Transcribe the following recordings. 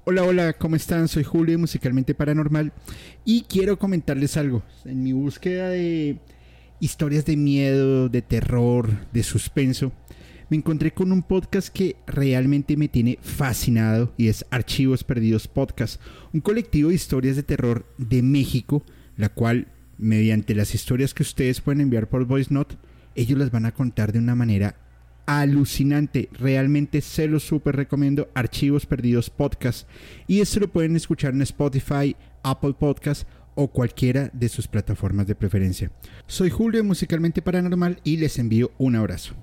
Hola, hola, ¿cómo están? Soy Julio de Musicalmente Paranormal y quiero comentarles algo. En mi búsqueda de historias de miedo, de terror, de suspenso, me encontré con un podcast que realmente me tiene fascinado y es Archivos Perdidos Podcast, un colectivo de historias de terror de México, la cual, mediante las historias que ustedes pueden enviar por Voice Note, ellos las van a contar de una manera alucinante. Realmente se los súper recomiendo. Archivos Perdidos Podcast. Y esto lo pueden escuchar en Spotify, Apple Podcast o cualquiera de sus plataformas de preferencia. Soy Julio de Musicalmente Paranormal y les envío un abrazo.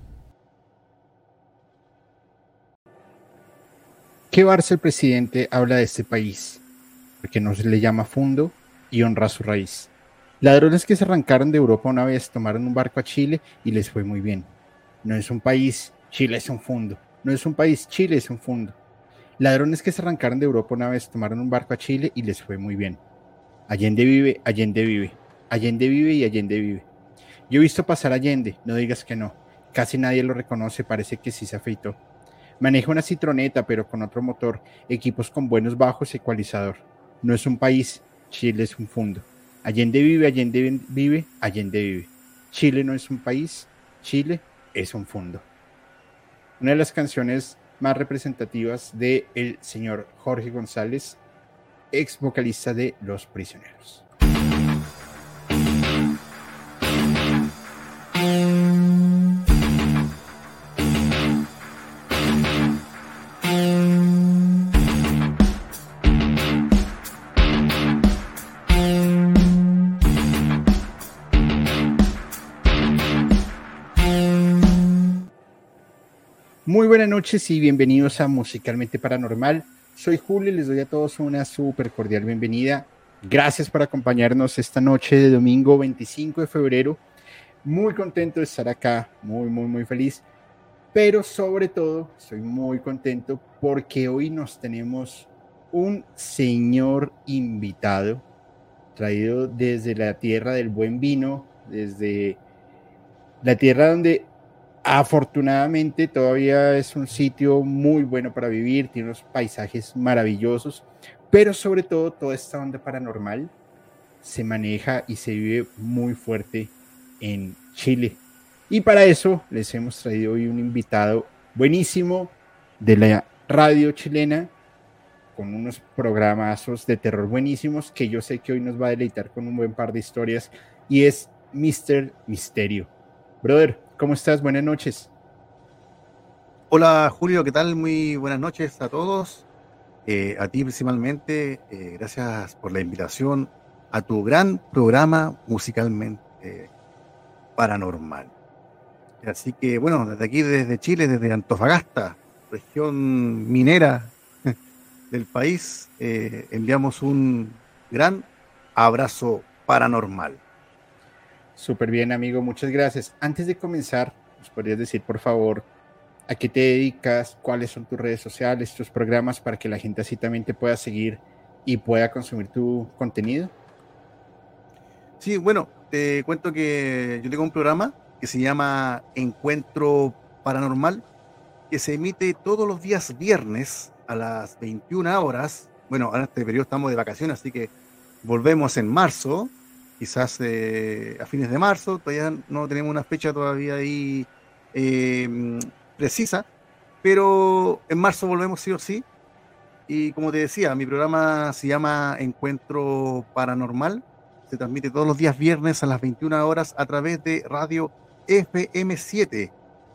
¿Qué Barça el presidente habla de este país? Porque no se le llama fundo y honra su raíz. Ladrones que se arrancaron de Europa una vez tomaron un barco a Chile y les fue muy bien. No es un país, Chile es un fundo. No es un país, Chile es un fundo. Ladrones que se arrancaron de Europa una vez tomaron un barco a Chile y les fue muy bien. Allende vive, Allende vive. Allende vive y Allende vive. Yo he visto pasar a Allende, no digas que no. Casi nadie lo reconoce, parece que sí se afeitó. Maneja una citroneta, pero con otro motor, equipos con buenos bajos, ecualizador. No es un país, Chile es un fundo. Allende vive, Allende vive, Allende vive. Chile no es un país, Chile es un fundo. Una de las canciones más representativas de el señor Jorge González, ex vocalista de Los Prisioneros. Muy buenas noches y bienvenidos a Musicalmente Paranormal. Soy Julio y les doy a todos una súper cordial bienvenida. Gracias por acompañarnos esta noche de domingo 25 de febrero. Muy contento de estar acá, muy feliz. Pero sobre todo estoy muy contento porque hoy nos tenemos un señor invitado traído desde la tierra del buen vino, desde la tierra donde afortunadamente todavía es un sitio muy bueno para vivir, tiene unos paisajes maravillosos, pero sobre todo toda esta onda paranormal se maneja y se vive muy fuerte en Chile. Y para eso les hemos traído hoy un invitado buenísimo de la radio chilena, con unos programazos de terror buenísimos que yo sé que hoy nos va a deleitar con un buen par de historias, y es Mr. Misterio. Brother, ¿cómo estás? Buenas noches. Hola Julio, ¿qué tal? Muy buenas noches a todos. A ti principalmente, gracias por la invitación a tu gran programa musicalmente paranormal. Así que bueno, desde aquí, desde Chile, desde Antofagasta, región minera del país, enviamos un gran abrazo paranormal. Súper bien, amigo, muchas gracias. Antes de comenzar, ¿nos podrías decir, por favor, a qué te dedicas, cuáles son tus redes sociales, tus programas, para que la gente así también te pueda seguir y pueda consumir tu contenido? Sí, bueno, te cuento que yo tengo un programa que se llama Encuentro Paranormal, que se emite todos los días viernes a las 21 horas. Bueno, ahora en este periodo estamos de vacaciones, así que volvemos en marzo, quizás a fines de marzo. Todavía no tenemos una fecha todavía ahí eh, precisa, pero en marzo volvemos sí o sí. Y como te decía, mi programa se llama Encuentro Paranormal. Se transmite todos los días viernes a las 21 horas a través de Radio FM7,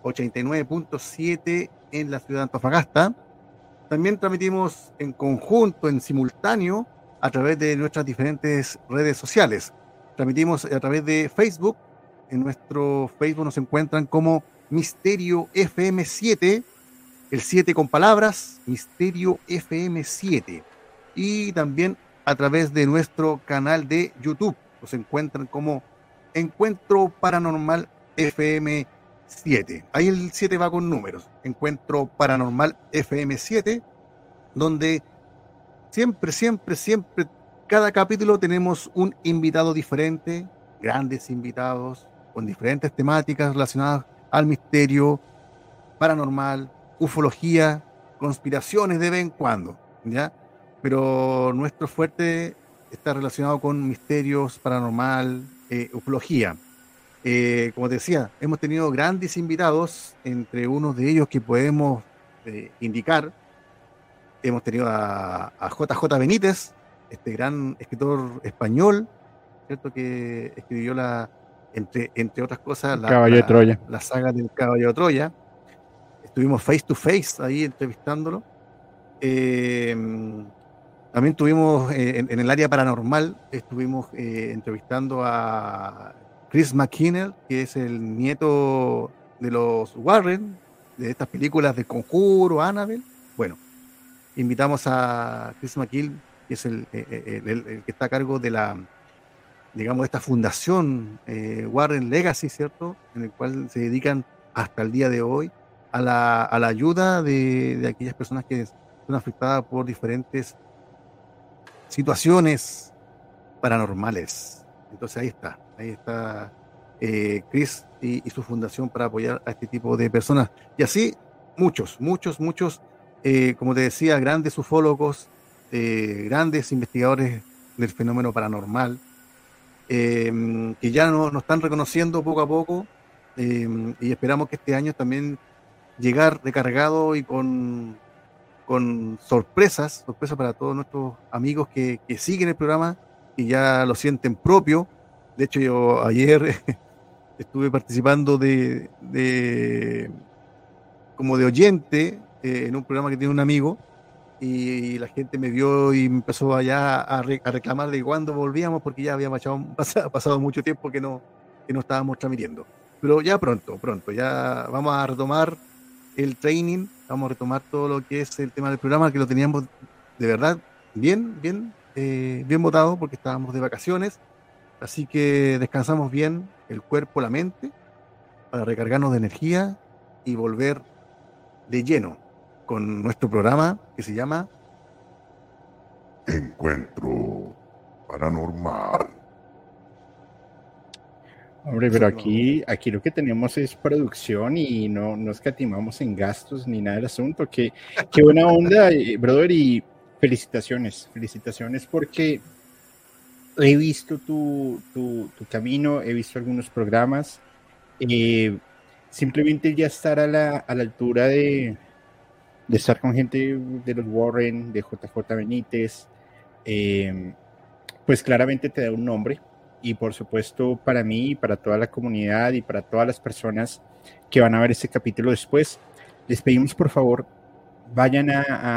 89.7 en la ciudad de Antofagasta. También transmitimos en conjunto, en simultáneo, a través de nuestras diferentes redes sociales. Transmitimos a través de Facebook. En nuestro Facebook nos encuentran como Misterio FM7, el 7 con palabras, Misterio FM7. Y también a través de nuestro canal de YouTube. Nos encuentran como Encuentro Paranormal FM7. Ahí el 7 va con números. Encuentro Paranormal FM7, donde siempre, cada capítulo tenemos un invitado diferente, grandes invitados, con diferentes temáticas relacionadas al misterio, paranormal, ufología, conspiraciones de vez en cuando, ¿ya? pero nuestro fuerte está relacionado con misterios, paranormal, ufología. Como te decía, hemos tenido grandes invitados, entre unos de ellos que podemos indicar. Hemos tenido a JJ Benítez, este gran escritor español, ¿cierto? Que escribió entre otras cosas, Caballo de Troya. la saga del Caballo de Troya. Estuvimos face to face ahí entrevistándolo. Eh, También tuvimos en el área paranormal, estuvimos entrevistando a Chris McKinnell, que es el nieto de los Warren, de estas películas de Conjuro, Annabelle. Bueno, invitamos a Chris McKinnell, que es el que está a cargo de digamos, de esta fundación Warren Legacy, ¿cierto? En el cual se dedican hasta el día de hoy a la ayuda de aquellas personas que son afectadas por diferentes situaciones paranormales. Entonces ahí está Chris y su fundación para apoyar a este tipo de personas. Y así muchos, como te decía, grandes ufólogos, grandes investigadores del fenómeno paranormal, que ya nos están reconociendo poco a poco, y esperamos que este año también llegar recargado y con sorpresas para todos nuestros amigos que siguen el programa y ya lo sienten propio. De hecho, yo ayer estuve participando como de oyente en un programa que tiene un amigo y la gente me vio y me empezó allá a reclamar de cuándo volvíamos porque ya había pasado mucho tiempo que no estábamos transmitiendo. Pero ya pronto, ya vamos a retomar el training, vamos a retomar todo lo que es el tema del programa, que lo teníamos de verdad bien votado porque estábamos de vacaciones, así que descansamos bien el cuerpo, la mente, para recargarnos de energía y volver de lleno con nuestro programa que se llama Encuentro paranormal. Hombre, pero aquí lo que tenemos es producción y no escatimamos en gastos ni nada del asunto. Qué buena onda, brother, y felicitaciones porque he visto tu camino, he visto algunos programas. eh, Simplemente ya estar a la altura de estar con gente de los Warren, de JJ Benítez, eh, pues claramente te da un nombre. Y por supuesto, para mí, para toda la comunidad y para todas las personas que van a ver este capítulo después, les pedimos por favor, vayan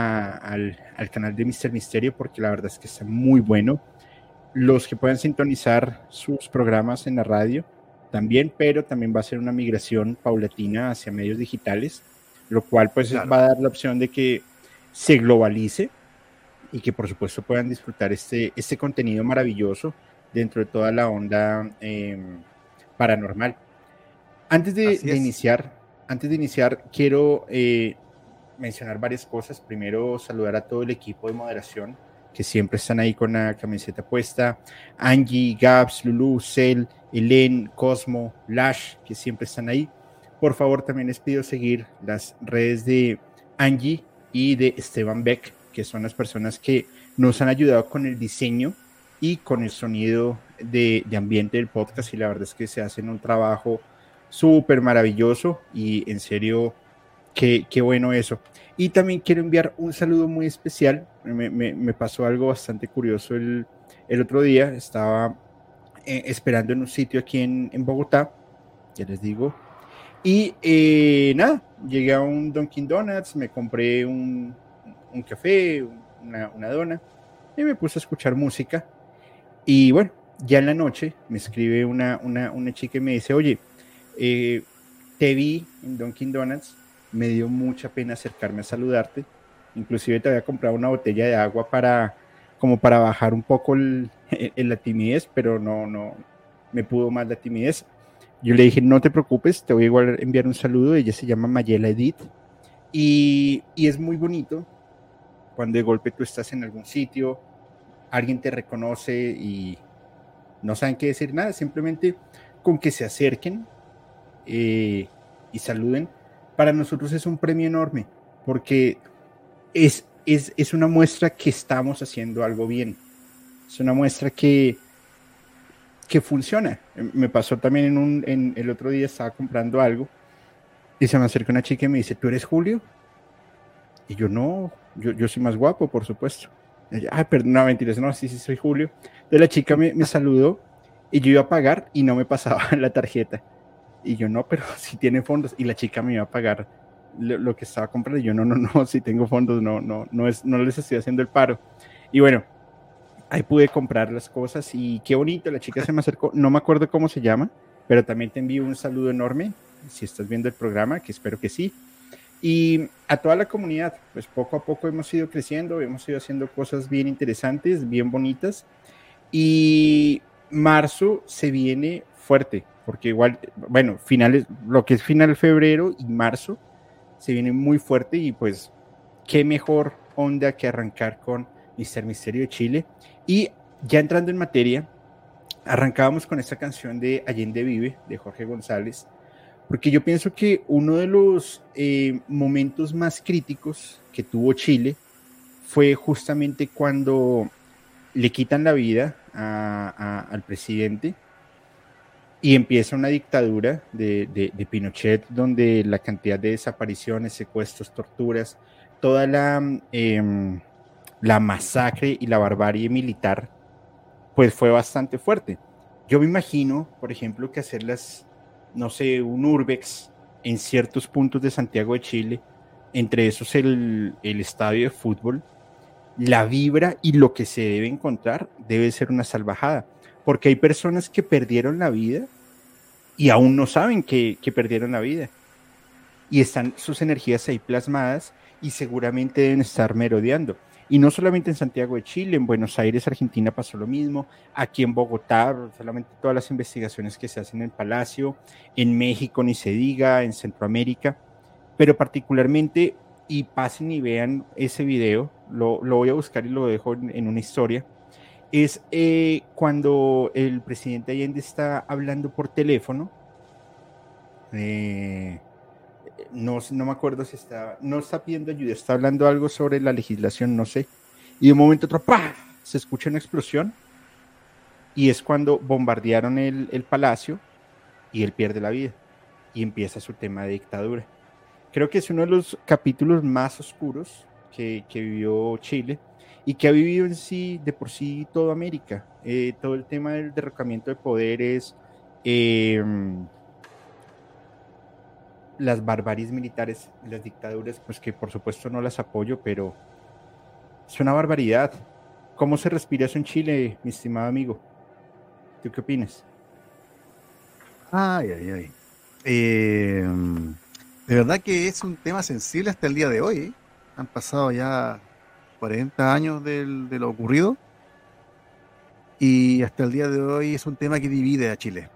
al canal de Mr. Misterio porque la verdad es que está muy bueno. Los que puedan sintonizar sus programas en la radio también, pero también va a ser una migración paulatina hacia medios digitales, lo cual pues claro. va a dar la opción de que se globalice y que por supuesto puedan disfrutar este contenido maravilloso dentro de toda la onda paranormal. Antes Así es. antes de iniciar quiero mencionar varias cosas. Primero, saludar a todo el equipo de moderación que siempre están ahí con la camiseta puesta. Angie, Gabs, Lulu, Cel, Helen, Cosmo, Lash, que siempre están ahí. Por favor, también les pido seguir las redes de Angie y de Esteban Beck, que son las personas que nos han ayudado con el diseño y con el sonido de ambiente del podcast. Y la verdad es que se hacen un trabajo súper maravilloso y en serio, qué bueno eso. Y también quiero enviar un saludo muy especial. Me pasó algo bastante curioso el otro día. Estaba esperando en un sitio aquí en Bogotá, ya les digo. Y nada, llegué a un Dunkin' Donuts, me compré un café, una dona, y me puse a escuchar música. Y bueno, ya en la noche me escribe una chica y me dice, oye, te vi en Dunkin' Donuts, me dio mucha pena acercarme a saludarte, inclusive te había comprado una botella de agua como para bajar un poco la timidez, pero no, me pudo más la timidez. Yo le dije, no te preocupes, te voy a igual a enviar un saludo, ella se llama Mayela Edith, y es muy bonito cuando de golpe tú estás en algún sitio, alguien te reconoce y no saben qué decir nada, simplemente con que se acerquen y saluden, para nosotros es un premio enorme, porque es una muestra que estamos haciendo algo bien. Es una muestra que funciona. Me pasó también en el otro día, estaba comprando algo y se me acerca una chica y me dice, ¿tú eres Julio? Y yo no, yo soy más guapo, por supuesto. Y ella, ay, perdón, no, mentiras, no, sí, sí, soy Julio. Entonces la chica me saludó y yo iba a pagar y no me pasaba la tarjeta. Y yo no, pero si tiene fondos. Y la chica me iba a pagar lo que estaba comprando. Y yo no, si tengo fondos, no les estoy haciendo el paro. Y bueno, ahí pude comprar las cosas y qué bonito, la chica se me acercó, no me acuerdo cómo se llama, pero también te envío un saludo enorme, si estás viendo el programa, que espero que sí. Y a toda la comunidad, pues poco a poco hemos ido creciendo, hemos ido haciendo cosas bien interesantes, bien bonitas. Y marzo se viene fuerte, porque igual, bueno, finales, lo que es final de febrero y marzo se viene muy fuerte y pues qué mejor onda que arrancar con Mr. Misterio de Chile. Y ya entrando en materia, arrancábamos con esta canción de Allende Vive, de Jorge González, porque yo pienso que uno de los momentos más críticos que tuvo Chile fue justamente cuando le quitan la vida al presidente y empieza una dictadura de Pinochet, donde la cantidad de desapariciones, secuestros, torturas, toda la masacre y la barbarie militar, pues fue bastante fuerte. Yo me imagino, por ejemplo, que hacerlas, no sé, un urbex en ciertos puntos de Santiago de Chile, entre esos el estadio de fútbol, la vibra y lo que se debe encontrar debe ser una salvajada, porque hay personas que perdieron la vida y aún no saben que perdieron la vida y están sus energías ahí plasmadas y seguramente deben estar merodeando. Y no solamente en Santiago de Chile, en Buenos Aires, Argentina pasó lo mismo, aquí en Bogotá, solamente todas las investigaciones que se hacen en el Palacio, en México ni se diga, en Centroamérica, pero particularmente, y pasen y vean ese video, lo voy a buscar y lo dejo en una historia, es cuando el presidente Allende está hablando por teléfono, no me acuerdo si no está pidiendo ayuda, está hablando algo sobre la legislación, no sé, y de un momento a otro, ¡pah!, se escucha una explosión y es cuando bombardearon el palacio y él pierde la vida y empieza su tema de dictadura. Creo que es uno de los capítulos más oscuros que vivió Chile y que ha vivido en sí, de por sí, toda América. Todo el tema del derrocamiento de poderes, las barbaries militares, las dictaduras, pues que por supuesto no las apoyo, pero es una barbaridad. ¿Cómo se respira eso en Chile, mi estimado amigo? ¿Tú qué opinas? Ay, ay, ay. De verdad que es un tema sensible hasta el día de hoy, ¿eh? Han pasado ya 40 años de lo ocurrido y hasta el día de hoy es un tema que divide a Chile.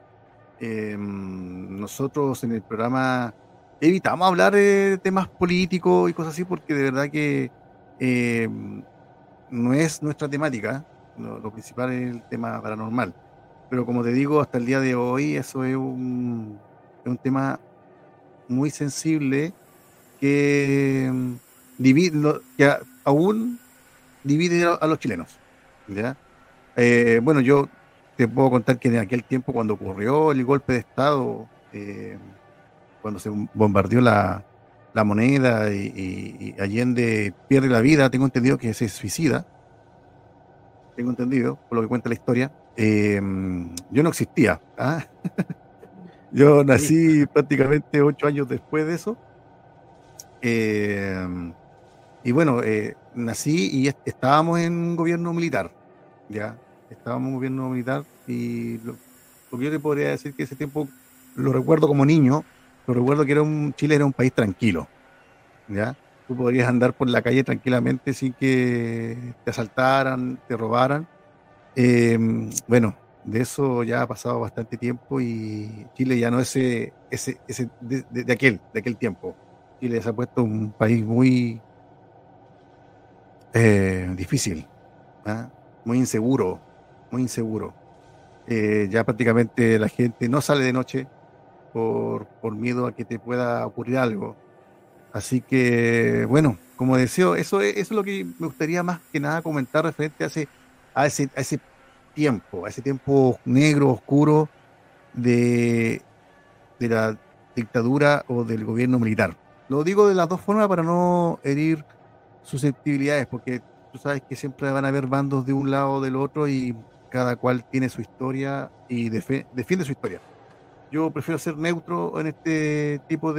Nosotros en el programa evitamos hablar de temas políticos y cosas así porque de verdad que eh, no es nuestra temática. Lo principal es el tema paranormal. Pero como te digo, hasta el día de hoy eso es un tema muy sensible que, que aún divide a los chilenos. ¿Ya? Bueno, yo te puedo contar que en aquel tiempo cuando ocurrió el golpe de Estado, cuando se bombardeó la moneda y Allende pierde la vida, tengo entendido que se suicida, tengo entendido, por lo que cuenta la historia. Yo no existía, ¿ah? Yo Sí. nací prácticamente 8 años después de eso. eh, y bueno, nací y estábamos en un gobierno militar, ya, estábamos en un gobierno militar y lo que yo te podría decir que ese tiempo lo recuerdo como niño, lo recuerdo que Chile era un país tranquilo, ya. Tú podrías andar por la calle tranquilamente sin que te asaltaran, te robaran. Bueno, de eso ya ha pasado bastante tiempo y Chile ya no es ese de aquel tiempo. Chile se ha puesto un país muy difícil, ¿ah? Muy inseguro, muy inseguro. Ya prácticamente la gente no sale de noche por miedo a que te pueda ocurrir algo. Así que, bueno, como decía, eso es lo que me gustaría más que nada comentar referente a ese tiempo negro, oscuro de, de la dictadura o del gobierno militar. Lo digo de las dos formas para no herir susceptibilidades, porque tú sabes que siempre van a haber bandos de un lado o del otro y cada cual tiene su historia y defiende su historia. Yo prefiero ser neutro en este tipo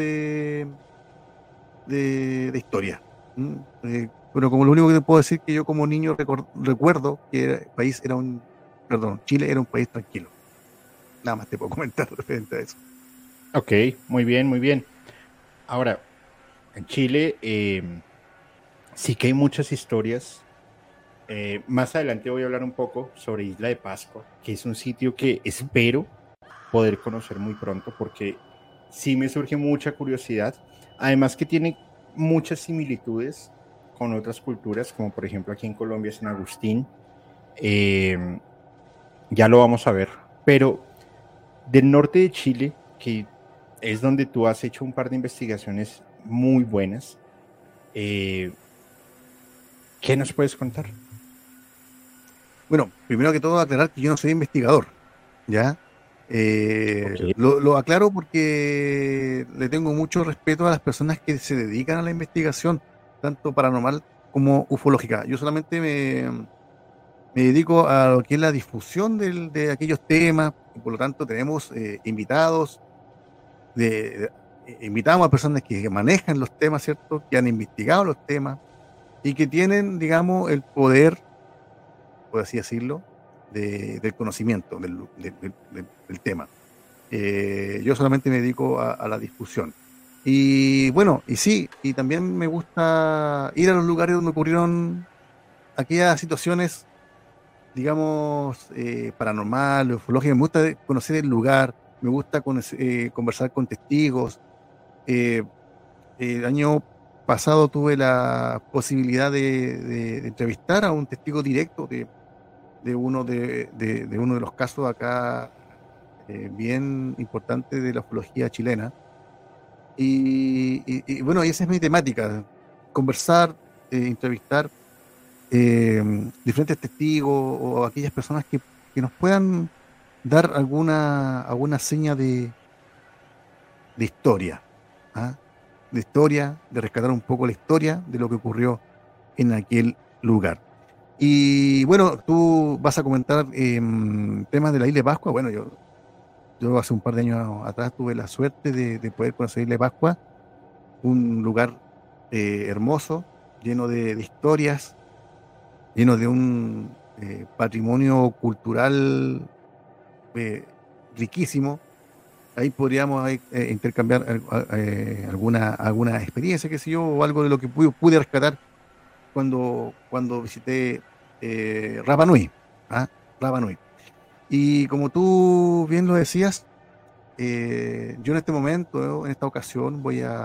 de historia. ¿Mm? Pero como lo único que te puedo decir que yo como niño recuerdo que Chile era un país tranquilo. Nada más te puedo comentar referente a eso. Ok, muy bien, muy bien. Ahora, en Chile sí que hay muchas historias. Más adelante voy a hablar un poco sobre Isla de Pascua, que es un sitio que espero poder conocer muy pronto porque sí me surge mucha curiosidad. Además que tiene muchas similitudes con otras culturas, como por ejemplo aquí en Colombia San Agustín. Eh, ya lo vamos a ver. Pero del norte de Chile, que es donde tú has hecho un par de investigaciones muy buenas, eh, ¿qué nos puedes contar? Bueno, primero que todo aclarar que yo no soy investigador, ¿ya? Ok. Lo aclaro porque le tengo mucho respeto a las personas que se dedican a la investigación, tanto paranormal como ufológica. Yo solamente me dedico a lo que es la difusión de aquellos temas, y por lo tanto tenemos invitados, invitamos a personas que manejan los temas, ¿cierto? Que han investigado los temas y que tienen, digamos, el poder, por así decirlo, del conocimiento del tema. Yo solamente me dedico a la discusión. Y bueno, y sí, y también me gusta ir a los lugares donde ocurrieron aquellas situaciones, digamos, paranormales, ufológicas. Me gusta conocer el lugar, me gusta conversar con testigos. Eh, el año pasado tuve la posibilidad de entrevistar a un testigo directo de uno de los casos acá bien importante de la ufología chilena. Y bueno, y esa es mi temática, conversar, entrevistar eh, diferentes testigos o aquellas personas que nos puedan dar alguna seña de historia, ¿ah? De historia, de rescatar un poco la historia de lo que ocurrió en aquel lugar. Y bueno, tú vas a comentar temas de la isla de Pascua. Bueno, yo hace un par de años atrás tuve la suerte de poder conocer la isla de Pascua, un lugar hermoso, lleno de historias, lleno de un patrimonio cultural eh, riquísimo. Ahí podríamos intercambiar alguna experiencia, qué sé yo, o algo de lo que pude rescatar cuando visité Rapa Nui, ¿ah? Rapa Nui. Y como tú bien lo decías, yo en este momento, en esta ocasión,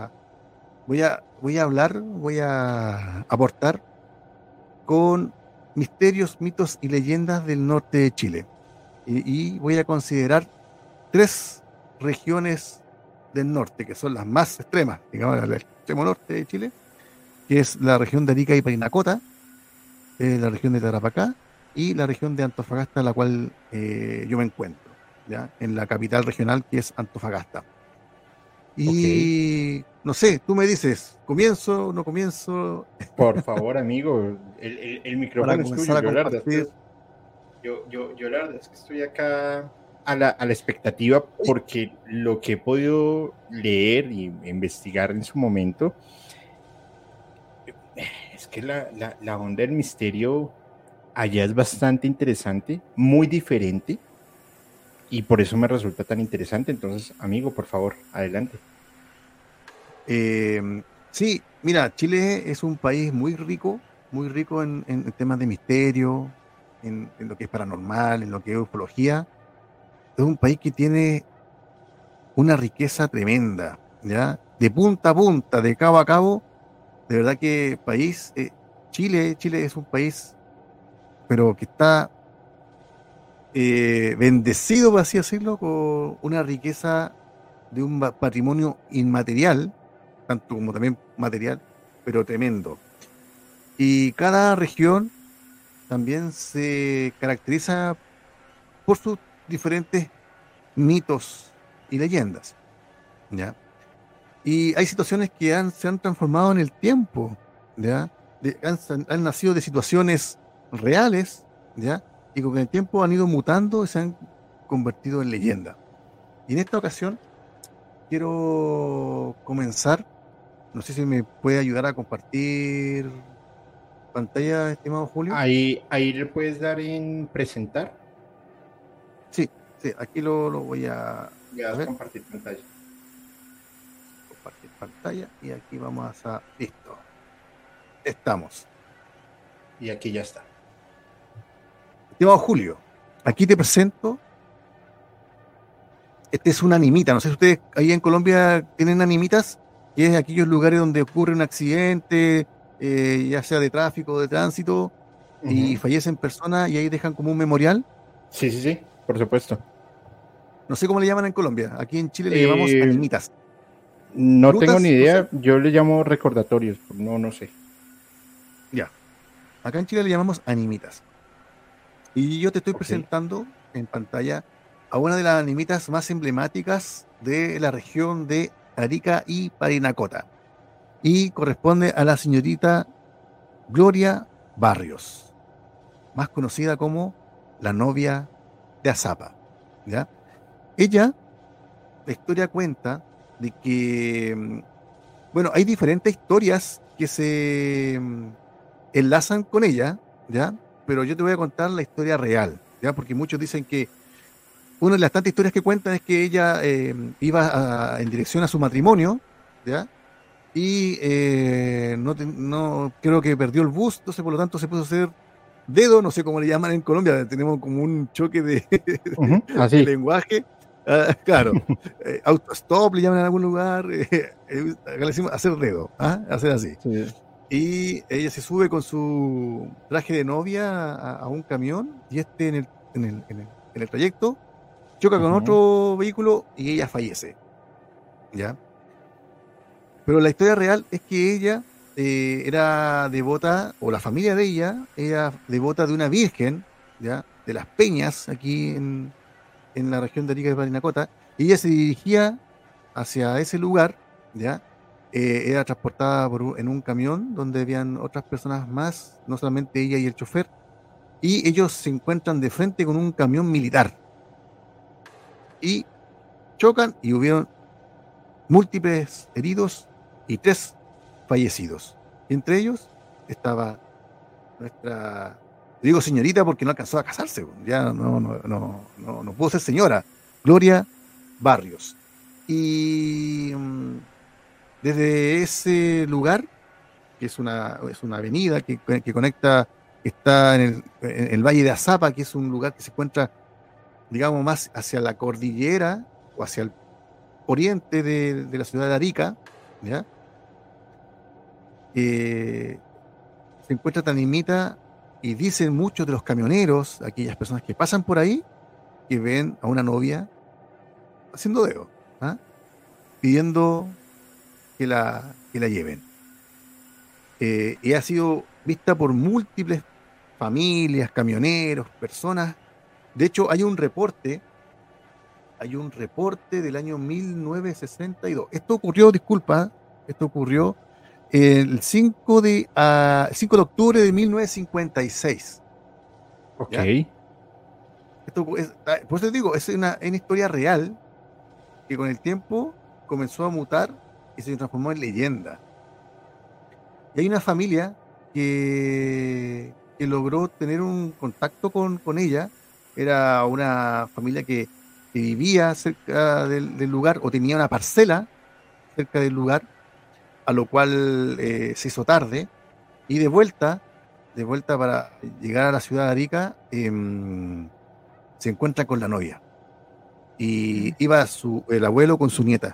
voy a aportar con misterios, mitos y leyendas del norte de Chile. Y voy a considerar tres regiones del norte, que son las más extremas, digamos, el extremo norte de Chile, que es la región de Arica y Parinacota, la región de Tarapacá y la región de Antofagasta, en la cual yo me encuentro, ¿ya? En la capital regional, que es Antofagasta. Ok, Y no sé, tú me dices, ¿comienzo, no comienzo? por favor, amigo, el Para micrófono es tuyo. comenzar a compartir. Yo la verdad es que estoy acá a la expectativa porque lo que he podido leer y investigar en su momento es que la onda del misterio allá es bastante interesante, muy diferente y por eso me resulta tan interesante. Entonces, amigo, por favor, adelante. Sí, mira, Chile es un país muy rico en temas de misterio, en lo que es paranormal, en lo que es ufología. Es un país que tiene una riqueza tremenda, ¿ya? De punta a punta, de cabo a cabo, de verdad que Chile es un país, pero que está bendecido, por así decirlo, con una riqueza de un patrimonio inmaterial, tanto como también material, pero tremendo. Y cada región también se caracteriza por sus diferentes mitos y leyendas, ¿ya? Y hay situaciones que se han transformado en el tiempo, ¿ya? Han nacido de situaciones reales, ¿ya? Y con el tiempo han ido mutando y se han convertido en leyenda. Y en esta ocasión quiero comenzar, no sé si me puede ayudar a compartir pantalla, estimado Julio. Ahí le puedes dar en presentar. Sí, sí, aquí lo voy Le a das ver, compartir pantalla. compartir pantalla y aquí vamos a... Listo, estamos. Y aquí ya está. Estimado Julio, aquí te presento. Este es una animita. No sé si ustedes ahí en Colombia tienen animitas, que es aquellos lugares donde ocurre un accidente, ya sea de tráfico o de tránsito, y Ujú. fallecen personas y ahí dejan como un memorial. Sí, sí, sí, por supuesto. No sé cómo le llaman en Colombia. Aquí en Chile le llamamos Eh, animitas. no tengo ni Frutas, no sé. idea. Yo le llamo recordatorios. No sé. Ya. Acá en Chile le llamamos animitas. Y yo te estoy Ok. presentando en pantalla a una de las animitas más emblemáticas de la región de Arica y Parinacota. Y corresponde a la señorita Gloria Barrios, más conocida como la novia de Azapa, ¿ya? Ella, la historia cuenta de que, bueno, hay diferentes historias que se enlazan con ella, ¿ya? Pero yo te voy a contar la historia real, ¿ya? Porque muchos dicen que una de las tantas historias que cuentan es que ella iba en dirección a su matrimonio, ¿ya? Y no creo que perdió el bus, entonces por lo tanto se puso a hacer dedo, no sé cómo le llaman en Colombia, tenemos como un choque Ujú, de así. lenguaje. Ah, claro, autostop le llaman en algún lugar, acá le decimos hacer dedo, ¿ah? Hacer así. Sí. Y ella se sube con su traje de novia a un camión y este en el trayecto choca con Ujú. otro vehículo y ella fallece, ¿ya? Pero la historia real es que ella era devota, o la familia de ella era devota de una virgen, ¿ya? De las Peñas, aquí en la región de Arica y Parinacota, y ella se dirigía hacia ese lugar, ¿ya? Era transportada en un camión donde habían otras personas más, no solamente ella y el chofer, y ellos se encuentran de frente con un camión militar, y chocan y hubieron múltiples heridos y 3 fallecidos. Y entre ellos estaba nuestra, digo señorita porque no alcanzó a casarse, ya no pudo ser señora, Gloria Barrios. Y desde ese lugar, que es una avenida que conecta, que está en el Valle de Azapa, que es un lugar que se encuentra, digamos, más hacia la cordillera o hacia el oriente de la ciudad de Arica, ¿ya? Eh, Se encuentra Tanimita y dicen muchos de los camioneros, aquellas personas que pasan por ahí, que ven a una novia haciendo dedo, ¿ah? Pidiendo que la lleven. Y ha sido vista por múltiples familias, camioneros, personas. De hecho, hay un reporte del año 1962. Esto ocurrió, disculpa, esto ocurrió el 5 de octubre de 1956. Ok. ¿Ya? Por eso te digo, es una historia real que con el tiempo comenzó a mutar y se transformó en leyenda. Y hay una familia que logró tener un contacto con ella. Era una familia que vivía cerca del lugar o tenía una parcela cerca del lugar, a lo cual se hizo tarde. Y de vuelta para llegar a la ciudad de Arica, se encuentra con la novia. Y iba el abuelo con su nieta.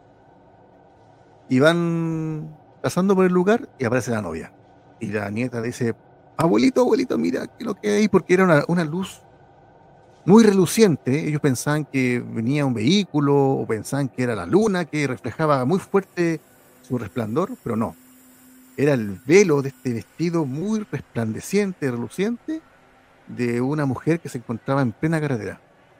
Y van pasando por el lugar y aparece la novia. Y la nieta le dice, abuelito, abuelito, mira qué es lo que hay, porque era una luz muy reluciente. Ellos pensaban que venía un vehículo o pensaban que era la luna que reflejaba muy fuerte su resplandor, pero no. Era el velo de este vestido muy resplandeciente, reluciente, de una mujer que se encontraba en plena carretera.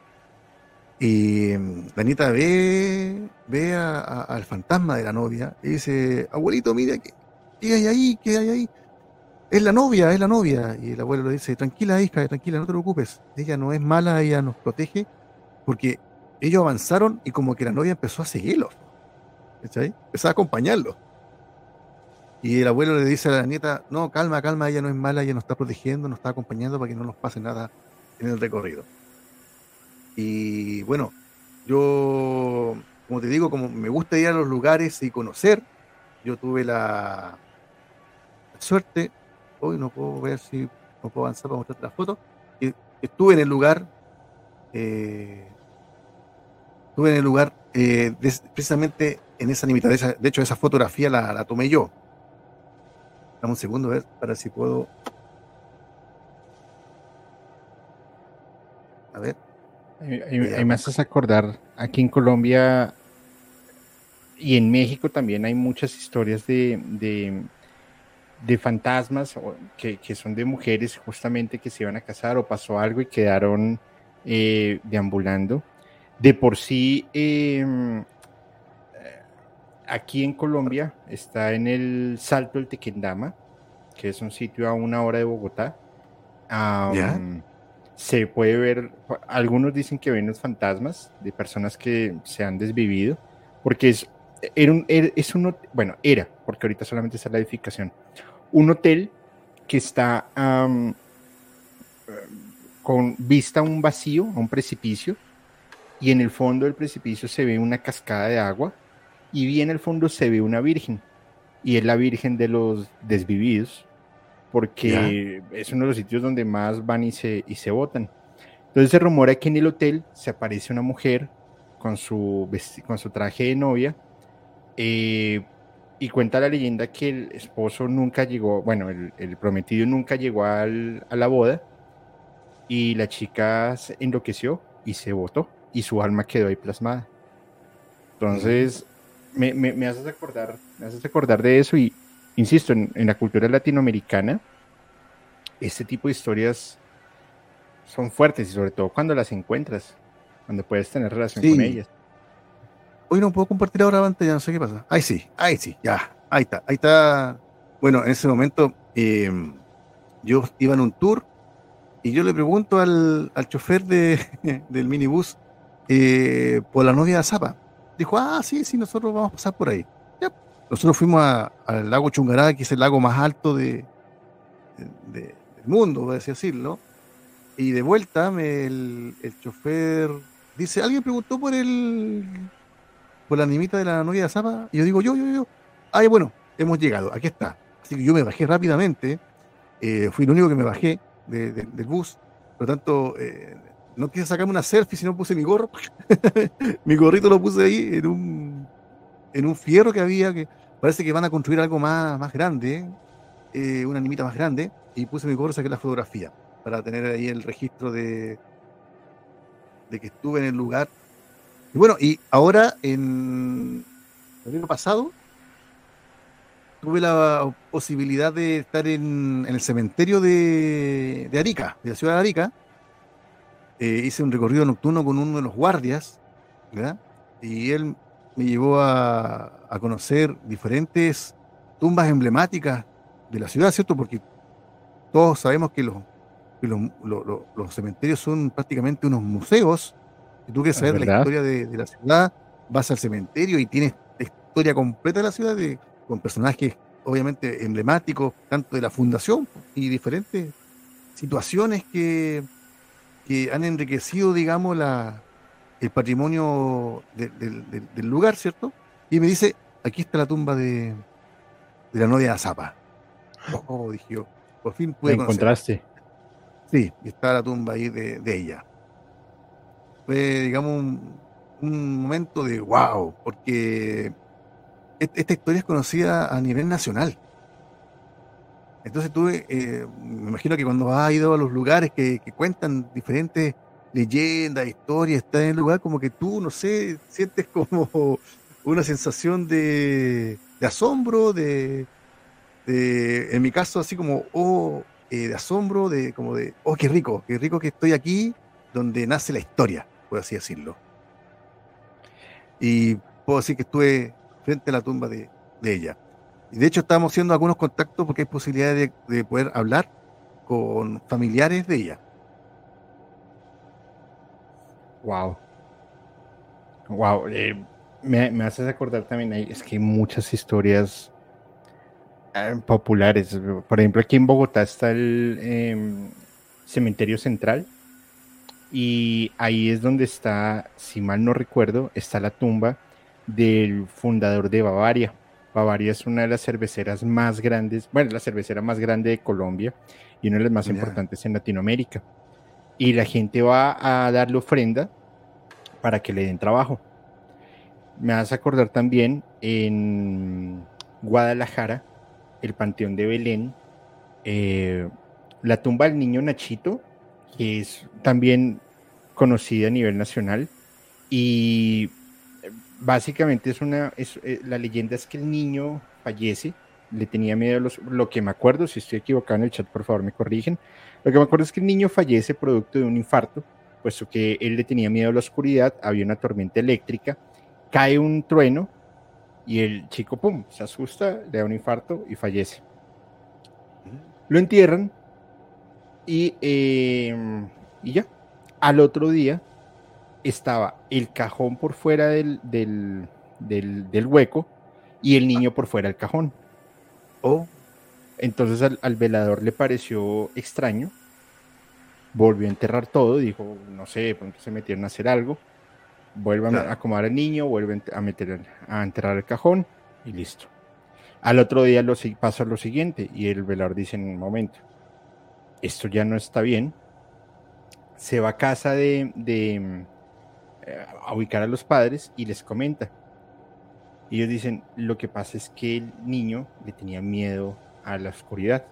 Y la nieta ve al fantasma de la novia y dice, abuelito, mira, ¿qué hay ahí? ¿Qué hay ahí? Es la novia, es la novia. Y el abuelo le dice, tranquila, hija, tranquila, no te preocupes. Ella no es mala, ella nos protege, porque ellos avanzaron y como que la novia empezó a seguirlos, ¿cachai? Empezó a acompañarlos. Y el abuelo le dice a la nieta, no, calma, calma, ella no es mala, ella nos está protegiendo, nos está acompañando para que no nos pase nada en el recorrido. Y bueno, yo, como te digo, como me gusta ir a los lugares y conocer, yo tuve la suerte, hoy no puedo ver si no puedo avanzar para mostrarte la foto, y estuve en el lugar, eh, precisamente en esa límite, de hecho esa fotografía la tomé yo. Dame un segundo, a ver, para ver si puedo. A ver. Ahí me haces acordar, aquí en Colombia y en México también hay muchas historias de fantasmas que son de mujeres justamente que se iban a casar o pasó algo y quedaron deambulando. De por sí, aquí en Colombia está en el Salto del Tequendama, que es un sitio a 1 hora de Bogotá. ¿Ya? Se puede ver, algunos dicen que ven los fantasmas de personas que se han desvivido, porque era, porque ahorita solamente está la edificación, un hotel que está con vista a un vacío, a un precipicio, y en el fondo del precipicio se ve una cascada de agua, y bien al fondo se ve una virgen, y es la virgen de los desvividos, ¿Ya? porque es uno de los sitios donde más van y se botan. Entonces se rumora que en el hotel se aparece una mujer con su traje de novia, eh, y cuenta la leyenda que el esposo nunca llegó, bueno, el prometido nunca llegó a la boda, y la chica se enloqueció y se botó, y su alma quedó ahí plasmada. Mm. Entonces, me haces acordar de eso, y insisto, en la cultura latinoamericana, este tipo de historias son fuertes, y sobre todo cuando las encuentras, cuando puedes tener relación con Sí. ellas. Hoy no puedo compartir ahora la pantalla, no sé qué pasa. Ahí sí, ya. Ahí está, ahí está. Bueno, en ese momento yo iba en un tour y yo le pregunto al chofer del minibús por la novia de Zapa. Dijo, sí, sí, nosotros vamos a pasar por ahí. Ya. Nosotros fuimos al lago Chungará, que es el lago más alto del mundo, por así decirlo. Y de vuelta el chofer dice, ¿alguien preguntó por la animita de la novia de Zapa? Y yo digo, yo. Ay, bueno, hemos llegado, aquí está. Así que yo me bajé rápidamente, fui el único que me bajé del bus, por lo tanto, no quise sacarme una selfie, sino puse mi gorro. Mi gorrito lo puse ahí en un fierro que había, que parece que van a construir algo más grande, una animita más grande, y puse mi gorro y saqué la fotografía para tener ahí el registro de que estuve en el lugar. Y bueno, y ahora en el año pasado tuve la posibilidad de estar en el cementerio de Arica, de la ciudad de Arica. Hice un recorrido nocturno con uno de los guardias, ¿verdad? Y él me llevó a conocer diferentes tumbas emblemáticas de la ciudad, ¿cierto? Porque todos sabemos que los cementerios son prácticamente unos museos. Si tú quieres Es saber la verdad. historia de la ciudad, vas al cementerio y tienes la historia completa de la ciudad con personajes obviamente emblemáticos, tanto de la fundación y diferentes situaciones que han enriquecido, digamos, el patrimonio del lugar, ¿cierto? Y me dice, aquí está la tumba de la novia de Azapa. Oh, dije yo, por fin La pude conocerla. encontraste. Sí, y está la tumba ahí de ella. Fue, digamos, un momento de wow, porque esta historia es conocida a nivel nacional. Entonces me imagino que cuando has ido a los lugares que cuentan diferentes leyendas, historias, estás en el lugar como que tú, no sé, sientes como una sensación de asombro, en mi caso, así como, de asombro, qué rico que estoy aquí, donde nace la historia, por así decirlo. Y puedo decir que estuve frente a la tumba de ella. Y de hecho estábamos haciendo algunos contactos porque hay posibilidades de poder hablar con familiares de ella. Wow, wow. Me haces acordar también, es que hay muchas historias populares. Por ejemplo, aquí en Bogotá está el Cementerio Central y ahí es donde está, si mal no recuerdo, está la tumba del fundador de Bavaria. Bavaria es una de las cerveceras más grandes, bueno, la cervecera más grande de Colombia y una de las más Ya. importantes en Latinoamérica. Y la gente va a darle ofrenda para que le den trabajo. Me hace acordar también en Guadalajara, el Panteón de Belén, eh, la tumba del niño Nachito, que es también conocida a nivel nacional. Y básicamente la leyenda es que el niño fallece, le tenía miedo lo que me acuerdo, si estoy equivocado en el chat, por favor me corrigen. Lo que me acuerdo es que el niño fallece producto de un infarto, puesto que él le tenía miedo a la oscuridad, había una tormenta eléctrica, cae un trueno y el chico, pum, se asusta, le da un infarto y fallece. Mm. Lo entierran y ya. Al otro día estaba el cajón por fuera del hueco y el Ah, niño por fuera del cajón. oh, Entonces al velador le pareció extraño, volvió a enterrar todo, dijo, no sé, de pronto se metieron a hacer algo, vuelve a claro. acomodar al niño, vuelve a enterrar el cajón y listo. Al otro día pasa lo siguiente y el velador dice en un momento, esto ya no está bien, se va a casa a ubicar a los padres y les comenta. Y ellos dicen, lo que pasa es que el niño le tenía miedo a la oscuridad.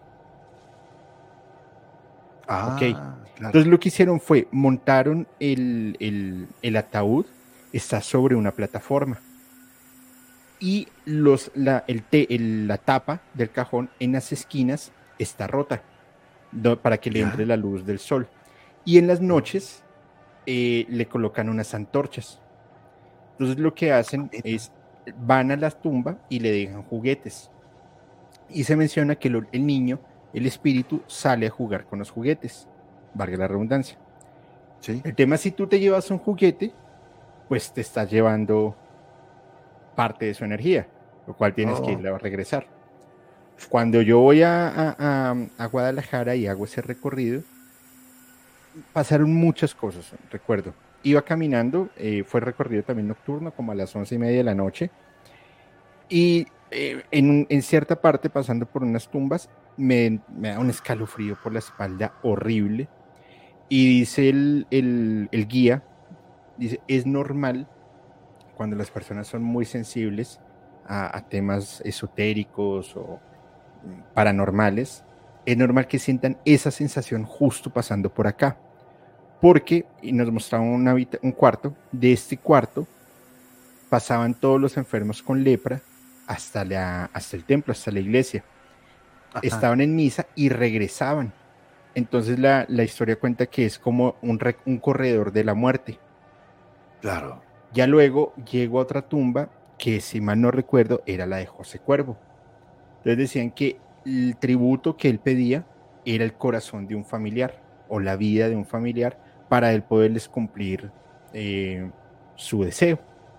Ok. Ah, Entonces claro. lo que hicieron fue, montaron el ataúd, está sobre una plataforma. Y la tapa del cajón en las esquinas está rota para que le entre Ya. la luz del sol. Y en las Oh, noches le colocan unas antorchas. Entonces lo que hacen mira. es, van a la tumba y le dejan juguetes. Y se menciona que el niño, el espíritu, sale a jugar con los juguetes, valga la redundancia. Sí. El tema es si tú te llevas un juguete, pues te estás llevando parte de su energía, lo cual tienes que Oh, irle a regresar. Cuando yo voy a Guadalajara y hago ese recorrido, pasaron muchas cosas, recuerdo. Iba caminando, fue recorrido también nocturno, como a las 11:30 de la noche, y en cierta parte, pasando por unas tumbas, me da un escalofrío por la espalda horrible. Y dice el guía, dice, es normal cuando las personas son muy sensibles a temas esotéricos o paranormales, es normal que sientan esa sensación justo pasando por acá. Porque y nos mostraban un cuarto, de este cuarto pasaban todos los enfermos con lepra hasta el templo, hasta la iglesia. ajá, Estaban en misa y regresaban. Entonces la historia cuenta que es como un corredor de la muerte. claro. Ya luego llegó a otra tumba que, si mal no recuerdo, era la de José Cuervo. Entonces decían que el tributo que él pedía era el corazón de un familiar o la vida de un familiar para él poderles cumplir eh, su deseo.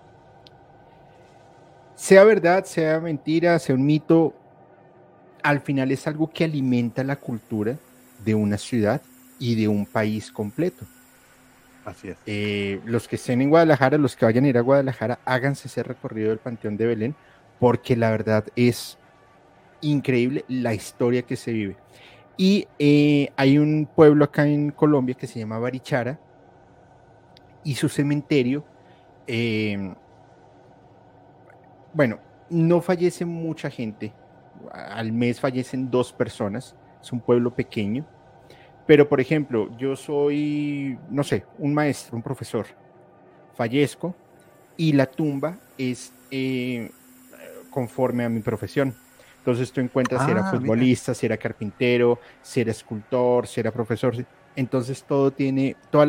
Sea verdad, sea mentira, sea un mito, al final es algo que alimenta la cultura de una ciudad y de un país completo. Así es. Los que estén en Guadalajara, los que vayan a ir a Guadalajara, háganse ese recorrido del Panteón de Belén, porque la verdad es increíble la historia que se vive. Y hay un pueblo acá en Colombia que se llama Barichara y su cementerio, eh, bueno, no fallece mucha gente, al mes fallecen 2 personas, es un pueblo pequeño, pero por ejemplo, yo soy, no sé, un maestro, un profesor, fallezco y la tumba es conforme a mi profesión. Entonces tú encuentras si era Mira. futbolista, si era carpintero, si era escultor, si era profesor. Entonces todo tiene, todas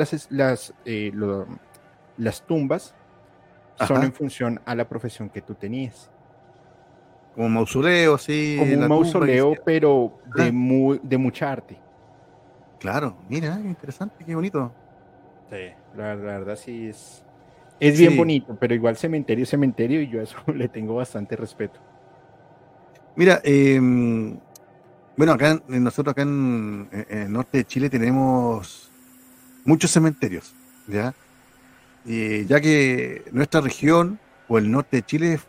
las tumbas son Ajá. en función a la profesión que tú tenías. Como mausoleo, así, Como un la tumba que mausoleo, sea. pero Ah, de mucha arte. claro, mira, qué interesante, qué bonito. Sí, la verdad sí es bien Sí, bonito, pero igual cementerio es cementerio y yo a eso le tengo bastante respeto. mira, bueno, nosotros acá en el norte de Chile tenemos muchos cementerios, ¿ya? Ya que nuestra región o el norte de Chile